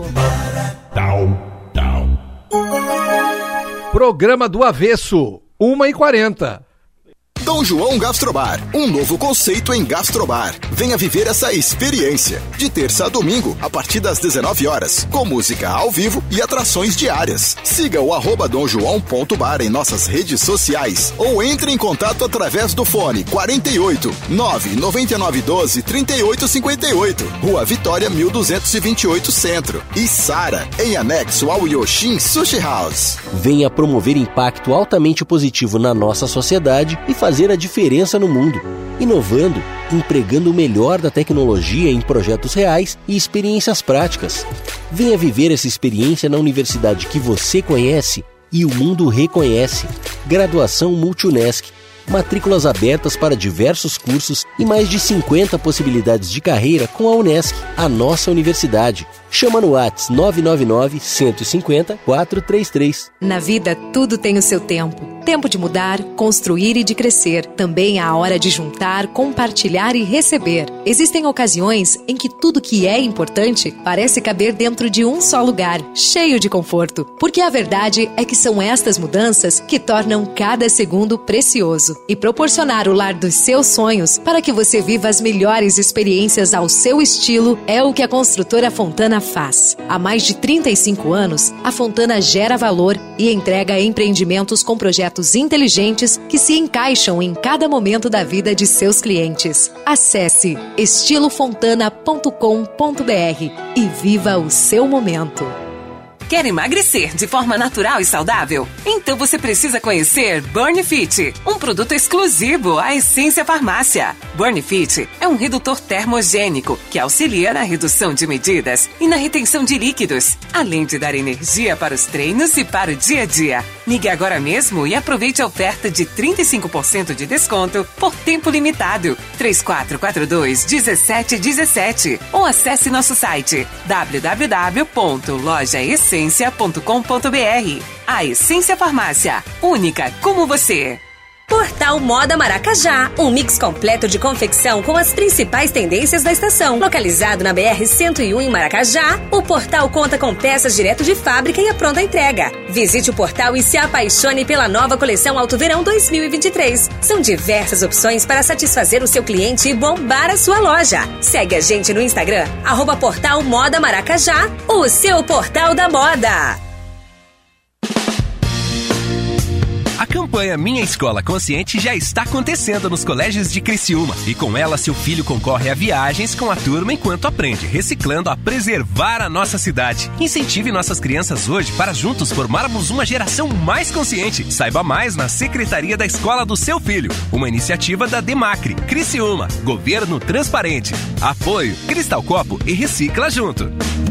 Programa do Avesso, 1h40. Dom João Gastrobar, um novo conceito em gastrobar. Venha viver essa experiência. De terça a domingo, a partir das 19 horas, com música ao vivo e atrações diárias. Siga o @domjoão.bar em nossas redes sociais ou entre em contato através do fone 48 99912 3858, Rua Vitória 1228 Centro e Sara, em anexo ao Yoshin Sushi House. Venha promover impacto altamente positivo na nossa sociedade e fazer a diferença no mundo, inovando, empregando o melhor da tecnologia em projetos reais e experiências práticas. Venha viver essa experiência na universidade que você conhece e o mundo reconhece. Graduação Multi-Unesc. Matrículas abertas para diversos cursos e mais de 50 possibilidades de carreira com a Unesc, a nossa universidade. Chama no WhatsApp 999-150-433. Na vida, tudo tem o seu tempo. Tempo de mudar, construir e de crescer. Também há a hora de juntar, compartilhar e receber. Existem ocasiões em que tudo que é importante parece caber dentro de um só lugar, cheio de conforto. Porque a verdade é que são estas mudanças que tornam cada segundo precioso. E proporcionar o lar dos seus sonhos para que você viva as melhores experiências ao seu estilo é o que a construtora Fontana faz. Há mais de 35 anos, a Fontana gera valor e entrega empreendimentos com projetos inteligentes que se encaixam em cada momento da vida de seus clientes. Acesse estilofontana.com.br e viva o seu momento. Quer emagrecer de forma natural e saudável? Então você precisa conhecer Burn Fit, um produto exclusivo à Essência Farmácia. Burn Fit é um redutor termogênico que auxilia na redução de medidas e na retenção de líquidos, além de dar energia para os treinos e para o dia a dia. Ligue agora mesmo e aproveite a oferta de 35% de desconto por tempo limitado. 3442-1717 ou acesse nosso site www.lojaessência.com.br. A Essência Farmácia, única como você. Portal Moda Maracajá, um mix completo de confecção com as principais tendências da estação. Localizado na BR-101 em Maracajá, o portal conta com peças direto de fábrica e a pronta entrega. Visite o portal e se apaixone pela nova coleção Alto Verão 2023. São diversas opções para satisfazer o seu cliente e bombar a sua loja. Segue a gente no Instagram, @Portal Moda Maracajá, o seu portal da moda. A campanha Minha Escola Consciente já está acontecendo nos colégios de Criciúma. E com ela, seu filho concorre a viagens com a turma enquanto aprende, reciclando a preservar a nossa cidade. Incentive nossas crianças hoje para juntos formarmos uma geração mais consciente. Saiba mais na Secretaria da Escola do seu filho. Uma iniciativa da Demacre. Criciúma. Governo transparente. Apoio Cristal Copo e Recicla Junto.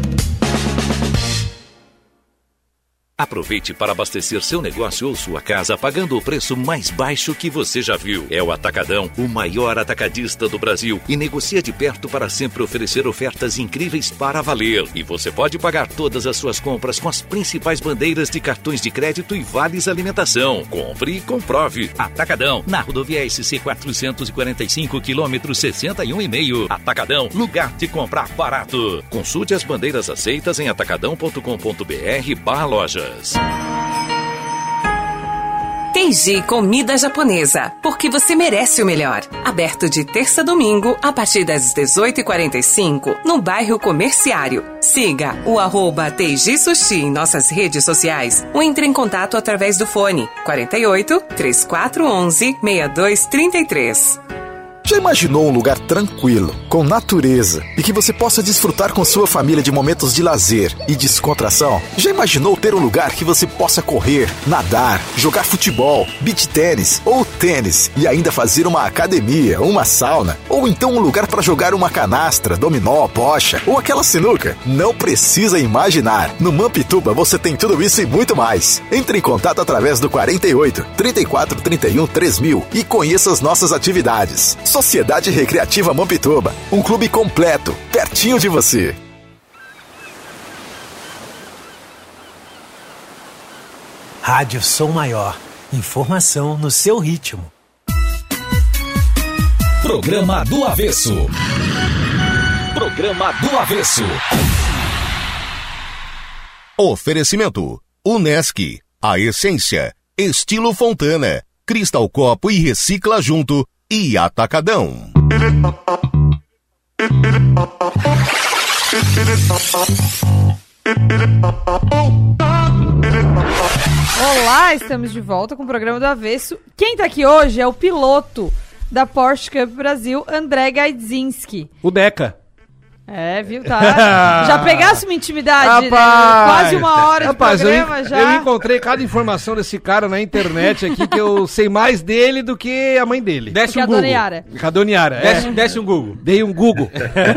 Aproveite para abastecer seu negócio ou sua casa pagando o preço mais baixo que você já viu. É o Atacadão, o maior atacadista do Brasil, e negocia de perto para sempre oferecer ofertas incríveis para valer. E você pode pagar todas as suas compras com as principais bandeiras de cartões de crédito e vales alimentação. Compre e comprove. Atacadão, na rodovia SC 445, quilômetro 61,5. Atacadão, lugar de comprar barato. Consulte as bandeiras aceitas em atacadão.com.br/loja. Teiji Comida Japonesa, porque você merece o melhor. Aberto de terça a domingo, a partir das 18h45, no bairro Comerciário. Siga o @Teiji Sushi em nossas redes sociais ou entre em contato através do fone 48 3411 6233. Já imaginou um lugar tranquilo, com natureza e que você possa desfrutar com sua família de momentos de lazer e descontração? Já imaginou ter um lugar que você possa correr, nadar, jogar futebol, beach tênis ou tênis e ainda fazer uma academia, uma sauna? Ou então um lugar para jogar uma canastra, dominó, bocha ou aquela sinuca? Não precisa imaginar. No Mampituba você tem tudo isso e muito mais. Entre em contato através do 48 34 31 3000 e conheça as nossas atividades. Sociedade Recreativa Mampituba, um clube completo, pertinho de você. Rádio Som Maior. Informação no seu ritmo. Programa do Avesso. Programa do Avesso. Oferecimento: Unesc, a essência, Estilo Fontana, Cristal Copo e Recicla Junto e Atacadão. Olá, estamos de volta com o programa do Avesso. Quem tá aqui hoje é o piloto da Porsche Cup Brasil, André Gaidzinski. O Deca. É, viu? Tá. Já pegasse uma intimidade, rapaz, né? Quase uma hora de programa já. Eu encontrei cada informação desse cara na internet aqui que eu sei mais dele do que a mãe dele. Desce um Google. A Dona Yara. Desce um Google. Dei um Google.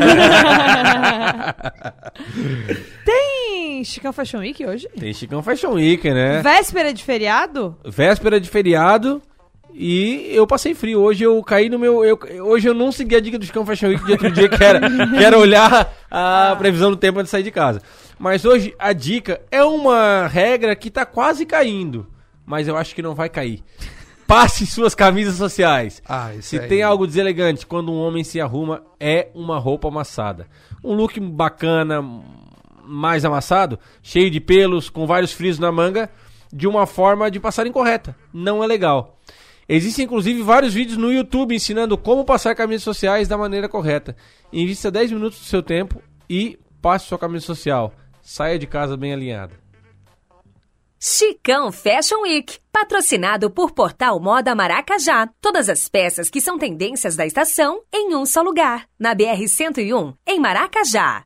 Tem Chicão Fashion Week hoje? Tem Chicão Fashion Week, né? Véspera de feriado? Véspera de feriado. E eu passei frio. Hoje eu caí no meu... hoje eu não segui a dica do Chicão Fashion Week de outro dia, que era olhar a previsão do tempo antes de sair de casa. Mas hoje a dica é uma regra que tá quase caindo. Mas eu acho que não vai cair. Passe suas camisas sociais. Se tem algo deselegante quando um homem se arruma, é uma roupa amassada. Um look bacana, mais amassado, cheio de pelos, com vários frisos na manga, de uma forma de passar incorreta. Não é legal. Existem, inclusive, vários vídeos no YouTube ensinando como passar camisas sociais da maneira correta. Invista 10 minutos do seu tempo e passe sua camisa social. Saia de casa bem alinhada. Chicão Fashion Week, patrocinado por Portal Moda Maracajá. Todas as peças que são tendências da estação em um só lugar. Na BR-101, em Maracajá.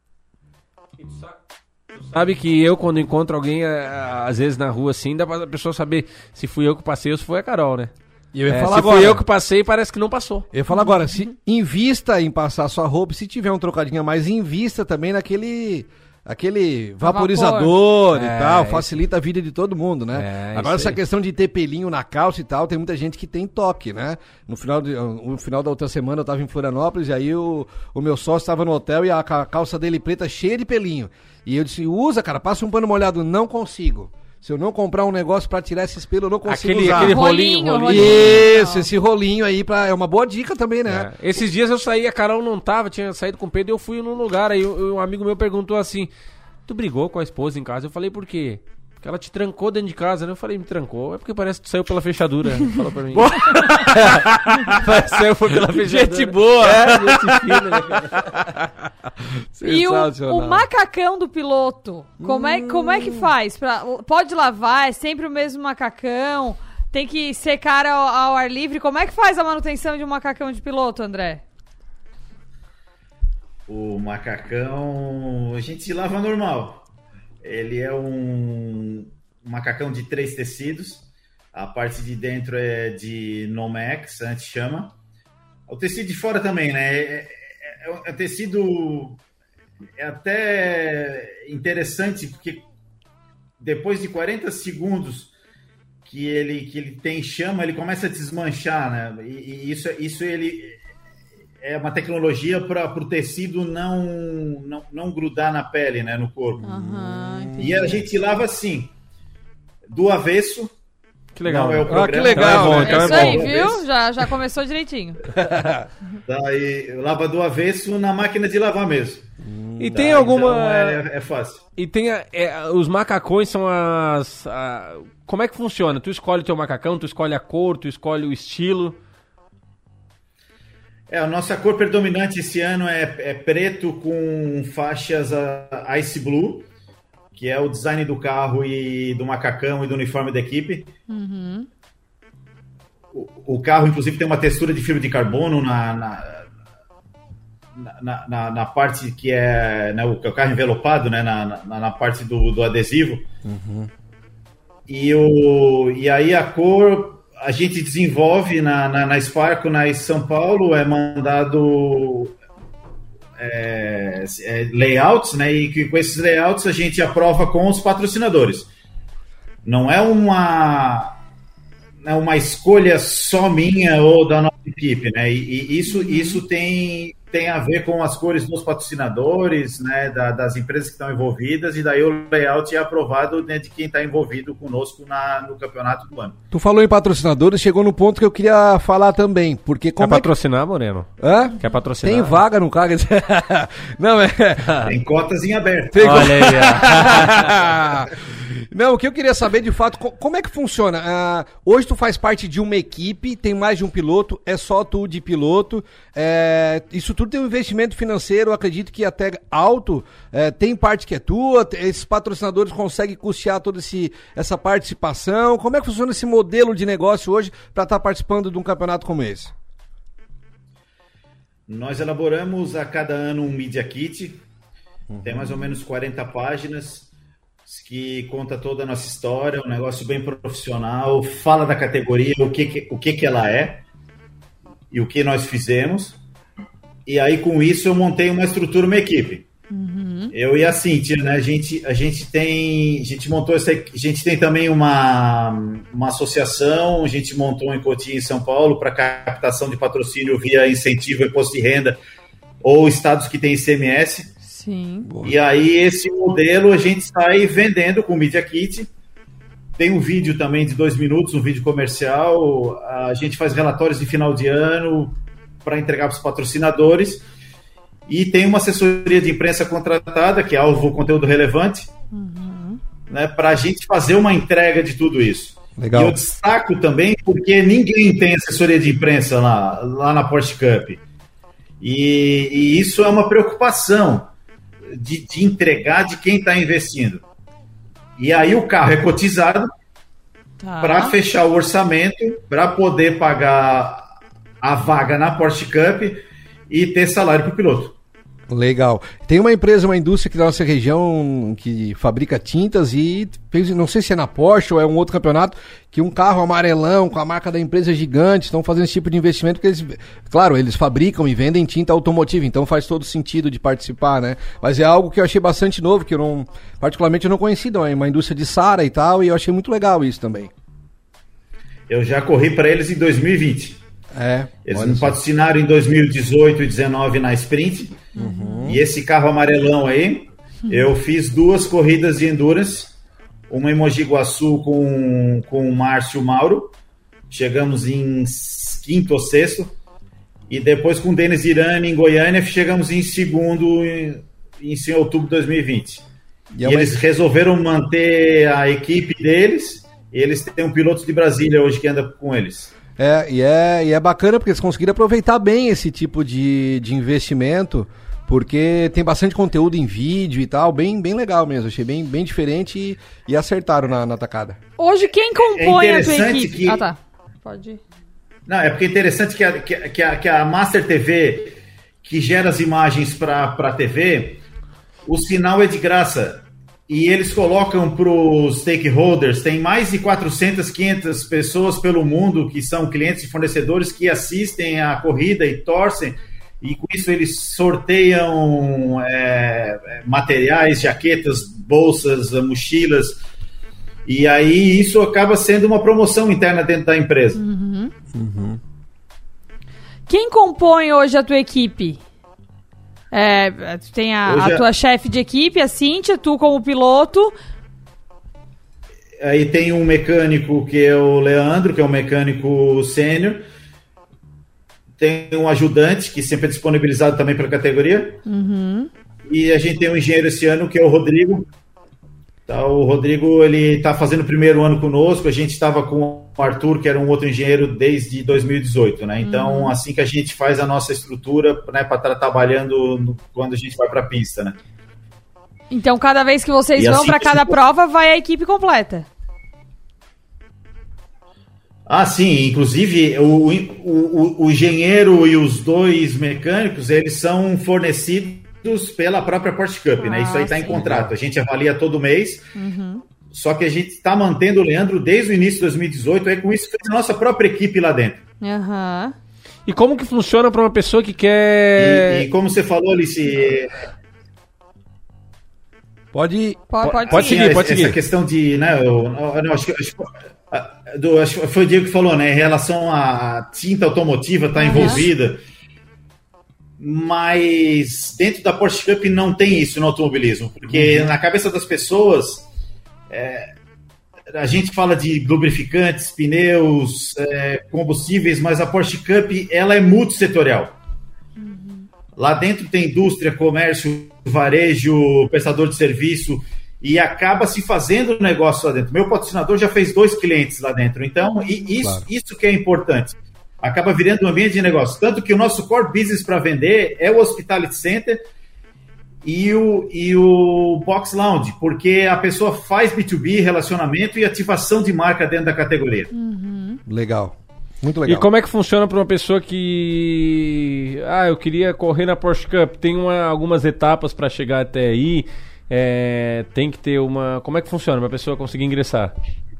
Sabe que eu, quando encontro alguém, às vezes na rua assim, dá pra pessoa saber se fui eu que passei ou se foi a Carol, né? E eu ia falar se agora, fui eu que passei, parece que não passou. Eu ia falar agora, se invista em passar sua roupa, se tiver um trocadinho a mais, invista também aquele vaporizador e tal, facilita a vida de todo mundo, né? Agora essa questão de ter pelinho na calça e tal, tem muita gente que tem toque, né? No final da outra semana eu tava em Florianópolis e aí o meu sócio estava no hotel e a calça dele preta cheia de pelinho. E eu disse, usa, cara, passa um pano molhado. Não consigo. Se eu não comprar um negócio pra tirar esses pelos, eu não consigo usar. Aquele rolinho. Isso, esse rolinho aí é uma boa dica também, né? Esses dias eu saí, a Carol não tava, tinha saído com o Pedro e eu fui num lugar, aí um amigo meu perguntou assim, tu brigou com a esposa em casa? Eu falei, por quê? Porque ela te trancou dentro de casa, né? Eu falei, me trancou. É porque parece que tu saiu pela fechadura. Falou pra mim. Saiu pela fechadura. Gente boa. Gente fina, né, cara? E o macacão do piloto, como é que faz? Pode lavar? É sempre o mesmo macacão? Tem que secar ao ar livre? Como é que faz a manutenção de um macacão de piloto, André? O macacão a gente lava normal. Ele é um macacão de 3 tecidos. A parte de dentro é de Nomex, antes chama. O tecido de fora também, né? É tecido até interessante, porque depois de 40 segundos que ele tem chama, ele começa a desmanchar, né? E isso ele é uma tecnologia para o tecido não grudar na pele, né, no corpo. E a gente lava assim, do avesso. Que legal. Não é o programa. Que legal. Então é isso aí, viu? Já começou direitinho. Daí lava do avesso na máquina de lavar mesmo. E tem alguma... Então é fácil. E tem os macacões são como é que funciona? Tu escolhe o teu macacão, tu escolhe a cor, tu escolhe o estilo... A nossa cor predominante esse ano é preto com faixas Ice Blue, que é o design do carro e do macacão e do uniforme da equipe. Uhum. O carro, inclusive, tem uma textura de fibra de carbono na parte que é, né, o carro envelopado, né, na parte do adesivo. Uhum. E aí a cor... A gente desenvolve na Sparco, na São Paulo, é mandado layouts, né? E com esses layouts a gente aprova com os patrocinadores. Não é uma escolha só minha ou da nossa equipe, né? E isso tem a ver com as cores dos patrocinadores, né? Das empresas que estão envolvidas, e daí o layout é aprovado, né, de quem está envolvido conosco no campeonato do ano. Tu falou em patrocinadores, chegou no ponto que eu queria falar também, porque Quer patrocinar, Moreno? Hã? Quer patrocinar? Tem vaga no cargo? Não, Tem cotas em aberto. Olha aí. Não, o que eu queria saber de fato, como é que funciona? Hoje tu faz parte de uma equipe, tem mais de um piloto, é só tu de piloto, isso tudo tem um investimento financeiro, eu acredito que até alto, tem parte que é tua, esses patrocinadores conseguem custear toda essa participação, como é que funciona esse modelo de negócio hoje para estar participando de um campeonato como esse? Nós elaboramos a cada ano um Media Kit, tem mais ou menos 40 páginas, que conta toda a nossa história, um negócio bem profissional, fala da categoria, o que ela é e o que nós fizemos. E aí, com isso, eu montei uma estrutura, uma equipe. Uhum. Eu e a Cíntia, né? A gente tem também uma associação, a gente montou em Cotia, em São Paulo, para captação de patrocínio via incentivo, imposto de renda, ou estados que têm ICMS. Sim. E aí esse modelo a gente sai vendendo com o Media Kit. Tem um vídeo também de 2 minutos, um vídeo comercial. A gente faz relatórios de final de ano para entregar para os patrocinadores. E tem uma assessoria de imprensa contratada, que é Alvo Conteúdo Relevante, né, para a gente fazer uma entrega de tudo isso. Legal. E eu destaco também porque ninguém tem assessoria de imprensa lá na Porsche Cup. E isso é uma preocupação. de entregar de quem está investindo. E aí o carro é cotizado para fechar o orçamento, para poder pagar a vaga na Porsche Cup e ter salário para o piloto. Legal. Tem uma empresa, uma indústria aqui da nossa região que fabrica tintas e fez, não sei se é na Porsche ou é um outro campeonato, que um carro amarelão com a marca da empresa gigante, estão fazendo esse tipo de investimento porque eles, claro, eles fabricam e vendem tinta automotiva, então faz todo sentido de participar, né? Mas é algo que eu achei bastante novo, que eu não, particularmente eu não conheci, não. É uma indústria de Sara e tal, e eu achei muito legal isso também. Eu já corri para eles em 2020. Eles me patrocinaram em 2018 e 2019 na Sprint. E esse carro amarelão aí, eu fiz 2 corridas de Endurance, uma em Mogi Guaçu com o Márcio Mauro, chegamos em 5º ou 6º, e depois com o Denis Irani em Goiânia, chegamos em 2º em outubro de 2020. E eles resolveram manter a equipe deles, e eles têm um piloto de Brasília hoje que anda com eles. E é bacana porque eles conseguiram aproveitar bem esse tipo de investimento, porque tem bastante conteúdo em vídeo e tal, bem legal mesmo, achei bem diferente e acertaram na tacada. Hoje quem compõe a tua equipe? Pode ir. Não, é porque é interessante que a Master TV, que gera as imagens para a TV, o sinal é de graça. E eles colocam para os stakeholders, tem mais de 400, 500 pessoas pelo mundo que são clientes e fornecedores que assistem a corrida e torcem, e com isso eles sorteiam materiais, jaquetas, bolsas, mochilas, e aí isso acaba sendo uma promoção interna dentro da empresa. Quem compõe hoje a tua equipe? Tu tem a tua chefe de equipe, a Cíntia, tu como piloto. Aí tem um mecânico que é o Leandro, que é um mecânico sênior. Tem um ajudante, que sempre é disponibilizado também pela categoria. E a gente tem um engenheiro esse ano, que é o Rodrigo. Tá, o Rodrigo, ele está fazendo o primeiro ano conosco. A gente estava com o Arthur, que era um outro engenheiro, desde 2018, né? Então, assim que a gente faz a nossa estrutura, né, para estar trabalhando quando a gente vai para a pista, né? Então, cada vez que vocês vão para cada prova, vai a equipe completa. Sim. Inclusive, o engenheiro e os 2 mecânicos, eles são fornecidos pela própria Porsche Cup, né? Isso aí está em contrato. A gente avalia todo mês. Só que a gente está mantendo o Leandro desde o início de 2018, com isso fez a nossa própria equipe lá dentro. E como que funciona para uma pessoa que quer... E como você falou, Alice... Pode seguir. Essa questão de... Né, acho que foi o Diego que falou, né? Em relação à tinta automotiva está envolvida. Mas dentro da Porsche Cup não tem isso no automobilismo. Porque na cabeça das pessoas... a gente fala de lubrificantes, pneus, combustíveis, mas a Porsche Cup ela é multissetorial. Lá dentro tem indústria, comércio, varejo, prestador de serviço, e acaba se fazendo negócio lá dentro. Meu patrocinador já fez 2 clientes lá dentro, então isso que é importante. Acaba virando um ambiente de negócio. Tanto que o nosso core business para vender é o Hospitality Center e o Box Lounge, porque a pessoa faz B2B, relacionamento e ativação de marca dentro da categoria. Legal. Muito legal. E como é que funciona para uma pessoa que... eu queria correr na Porsche Cup. Tem algumas etapas para chegar até aí. Tem que ter uma... Como é que funciona para a pessoa conseguir ingressar?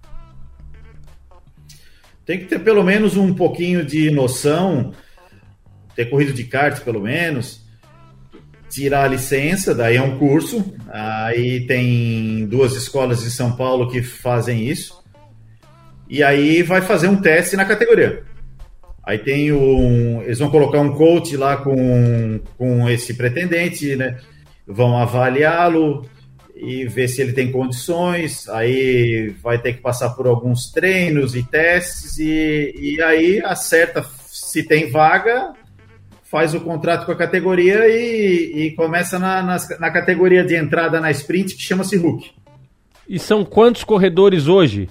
Tem que ter pelo menos um pouquinho de noção, ter corrido de kart pelo menos, tirar a licença, daí é um curso, aí tem 2 escolas de São Paulo que fazem isso, e aí vai fazer um teste na categoria. Aí tem eles vão colocar um coach lá com esse pretendente, né? Vão avaliá-lo e ver se ele tem condições, aí vai ter que passar por alguns treinos e testes, e aí acerta se tem vaga, faz o contrato com a categoria e começa na categoria de entrada na sprint, que chama-se Hulk. E são quantos corredores hoje?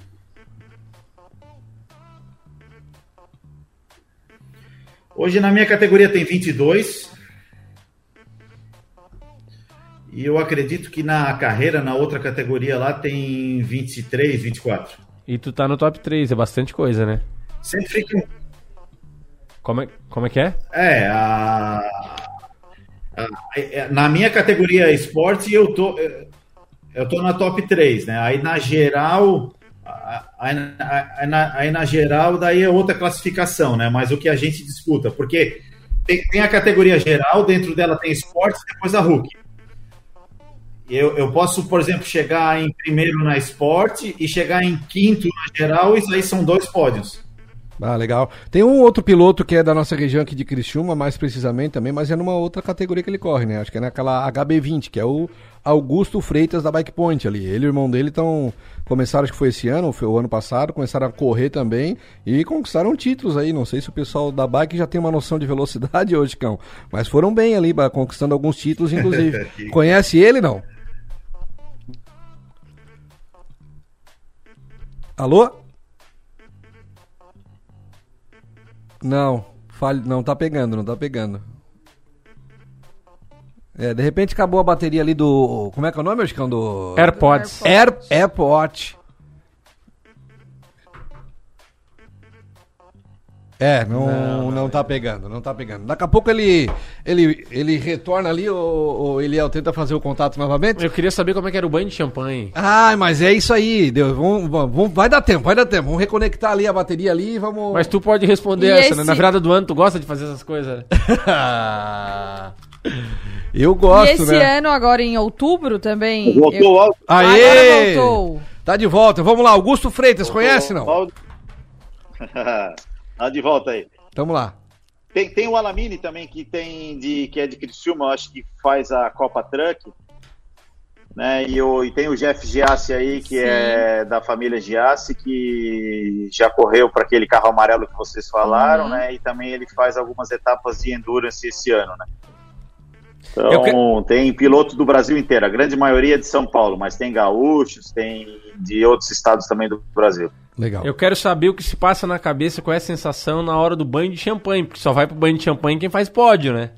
Hoje na minha categoria tem 22. E eu acredito que na carreira, na outra categoria lá, tem 23, 24. E tu tá no top 3, é bastante coisa, né? Sempre fica... Como é que é? Na minha categoria esporte, eu tô na top 3, né? Aí na geral... Aí na geral, daí é outra classificação, né? Mas o que a gente disputa, porque tem a categoria geral, dentro dela tem esportes e depois a Hulk. Eu posso, por exemplo, chegar em primeiro na esporte e chegar em quinto na geral, e aí são 2 pódios. Ah, legal. Tem um outro piloto que é da nossa região aqui de Criciúma, mais precisamente também, mas é numa outra categoria que ele corre, né? Acho que é naquela HB20, que é o Augusto Freitas da Bike Point ali. Ele e o irmão dele começaram, acho que foi esse ano, ou foi o ano passado, começaram a correr também e conquistaram títulos aí. Não sei se o pessoal da bike já tem uma noção de velocidade hoje, Cão, mas foram bem ali, conquistando alguns títulos, inclusive. Conhece ele, não? Alô? Não tá pegando. De repente acabou a bateria ali do... Como é que é o nome, Chicão? Do... AirPods. AirPod. Não tá pegando. Daqui a pouco ele retorna ali, ou Eliel tenta fazer o contato novamente. Eu queria saber como é que era o banho de champanhe. Ah, mas é isso aí, Deus. Vai dar tempo. Vamos reconectar ali a bateria ali e vamos... Mas tu pode responder essa, né? Na virada do ano tu gosta de fazer essas coisas. Eu gosto, né? E esse ano, agora em outubro também... Voltou. Aê! Agora voltou. Tá de volta. Vamos lá, Augusto Freitas, conhece, não? Tá de volta aí. Tamo lá. Tem o Alamine também, que é de Criciúma, eu acho que faz a Copa Truck, né? E tem o Jeff Giassi aí, que é da família Giassi, que já correu para aquele carro amarelo que vocês falaram, né? E também ele faz algumas etapas de endurance esse ano, né? Então, tem pilotos do Brasil inteiro, a grande maioria é de São Paulo, mas tem gaúchos, tem de outros estados também do Brasil. Legal. Eu quero saber o que se passa na cabeça, qual é a sensação na hora do banho de champanhe, porque só vai pro banho de champanhe quem faz pódio, né?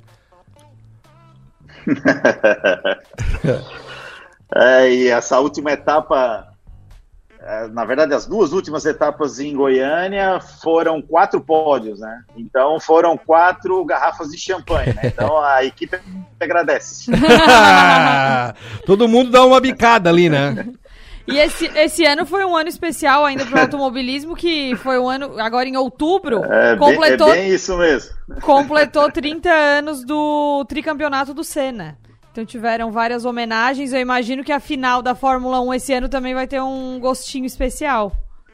E essa última etapa, na verdade as 2 últimas etapas em Goiânia foram 4 pódios, né? Então foram 4 garrafas de champanhe, né? Então a equipe agradece. Todo mundo dá uma bicada ali, né? E esse ano foi um ano especial ainda para o automobilismo, que foi um ano, agora em outubro, completou... É bem isso mesmo. Completou 30 anos do tricampeonato do Senna. Então tiveram várias homenagens. Eu imagino que a final da Fórmula 1 esse ano também vai ter um gostinho especial.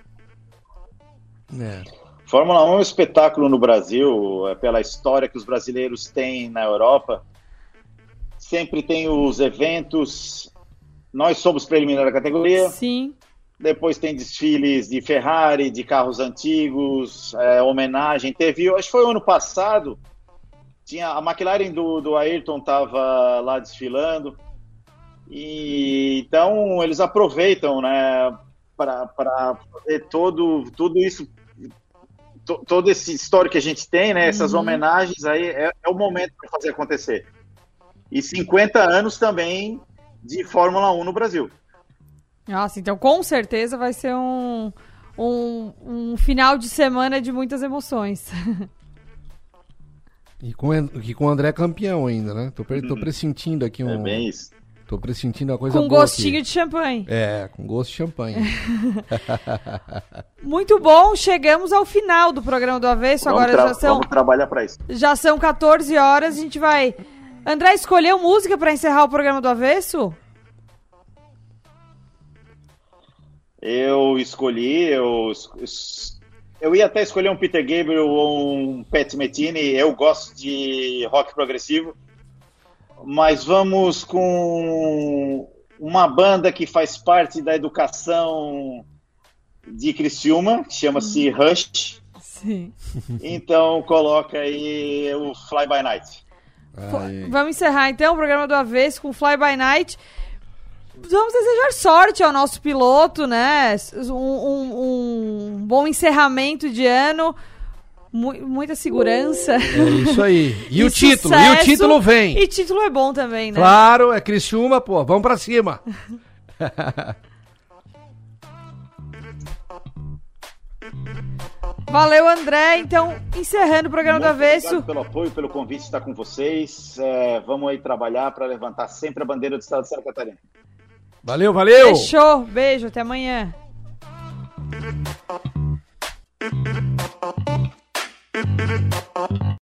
Fórmula 1 é um espetáculo no Brasil, pela história que os brasileiros têm na Europa. Sempre tem os eventos... Nós somos preliminar da categoria. Sim. Depois tem desfiles de Ferrari, de carros antigos, homenagem. Teve, acho que foi o ano passado, tinha a McLaren do Ayrton estava lá desfilando. E então eles aproveitam, né, para fazer tudo isso, todo esse histórico que a gente tem, né, essas homenagens aí é o momento para fazer acontecer. E 50 anos também de Fórmula 1 no Brasil. Nossa, então com certeza vai ser um final de semana de muitas emoções. E com o André campeão ainda, né? Tô pressentindo aqui É bem isso. Tô pressentindo uma coisa com boa gostinho aqui. De champanhe. Com gosto de champanhe. Muito bom, chegamos ao final do programa do Avesso. Vamos trabalhar para isso. Já são 14 horas, a gente vai... André, escolheu música para encerrar o programa do Avesso? Eu escolhi, eu ia até escolher um Peter Gabriel ou um Pat Metheny. Eu gosto de rock progressivo, mas vamos com uma banda que faz parte da educação de Criciúma, que chama-se Rush. Sim. Então coloca aí o Fly By Night. Vamos encerrar então o programa do Avesso com Fly By Night. Vamos desejar sorte ao nosso piloto, né? Um bom encerramento de ano. muita segurança. É isso aí. E o título? E o título vem. E título é bom também, né? Claro, é Criciúma, pô. Vamos pra cima. Valeu, André. Então, encerrando o programa do Avesso. Obrigado pelo apoio, pelo convite de estar com vocês. Vamos aí trabalhar para levantar sempre a bandeira do estado de Santa Catarina. Valeu, valeu. Fechou. Beijo, até amanhã.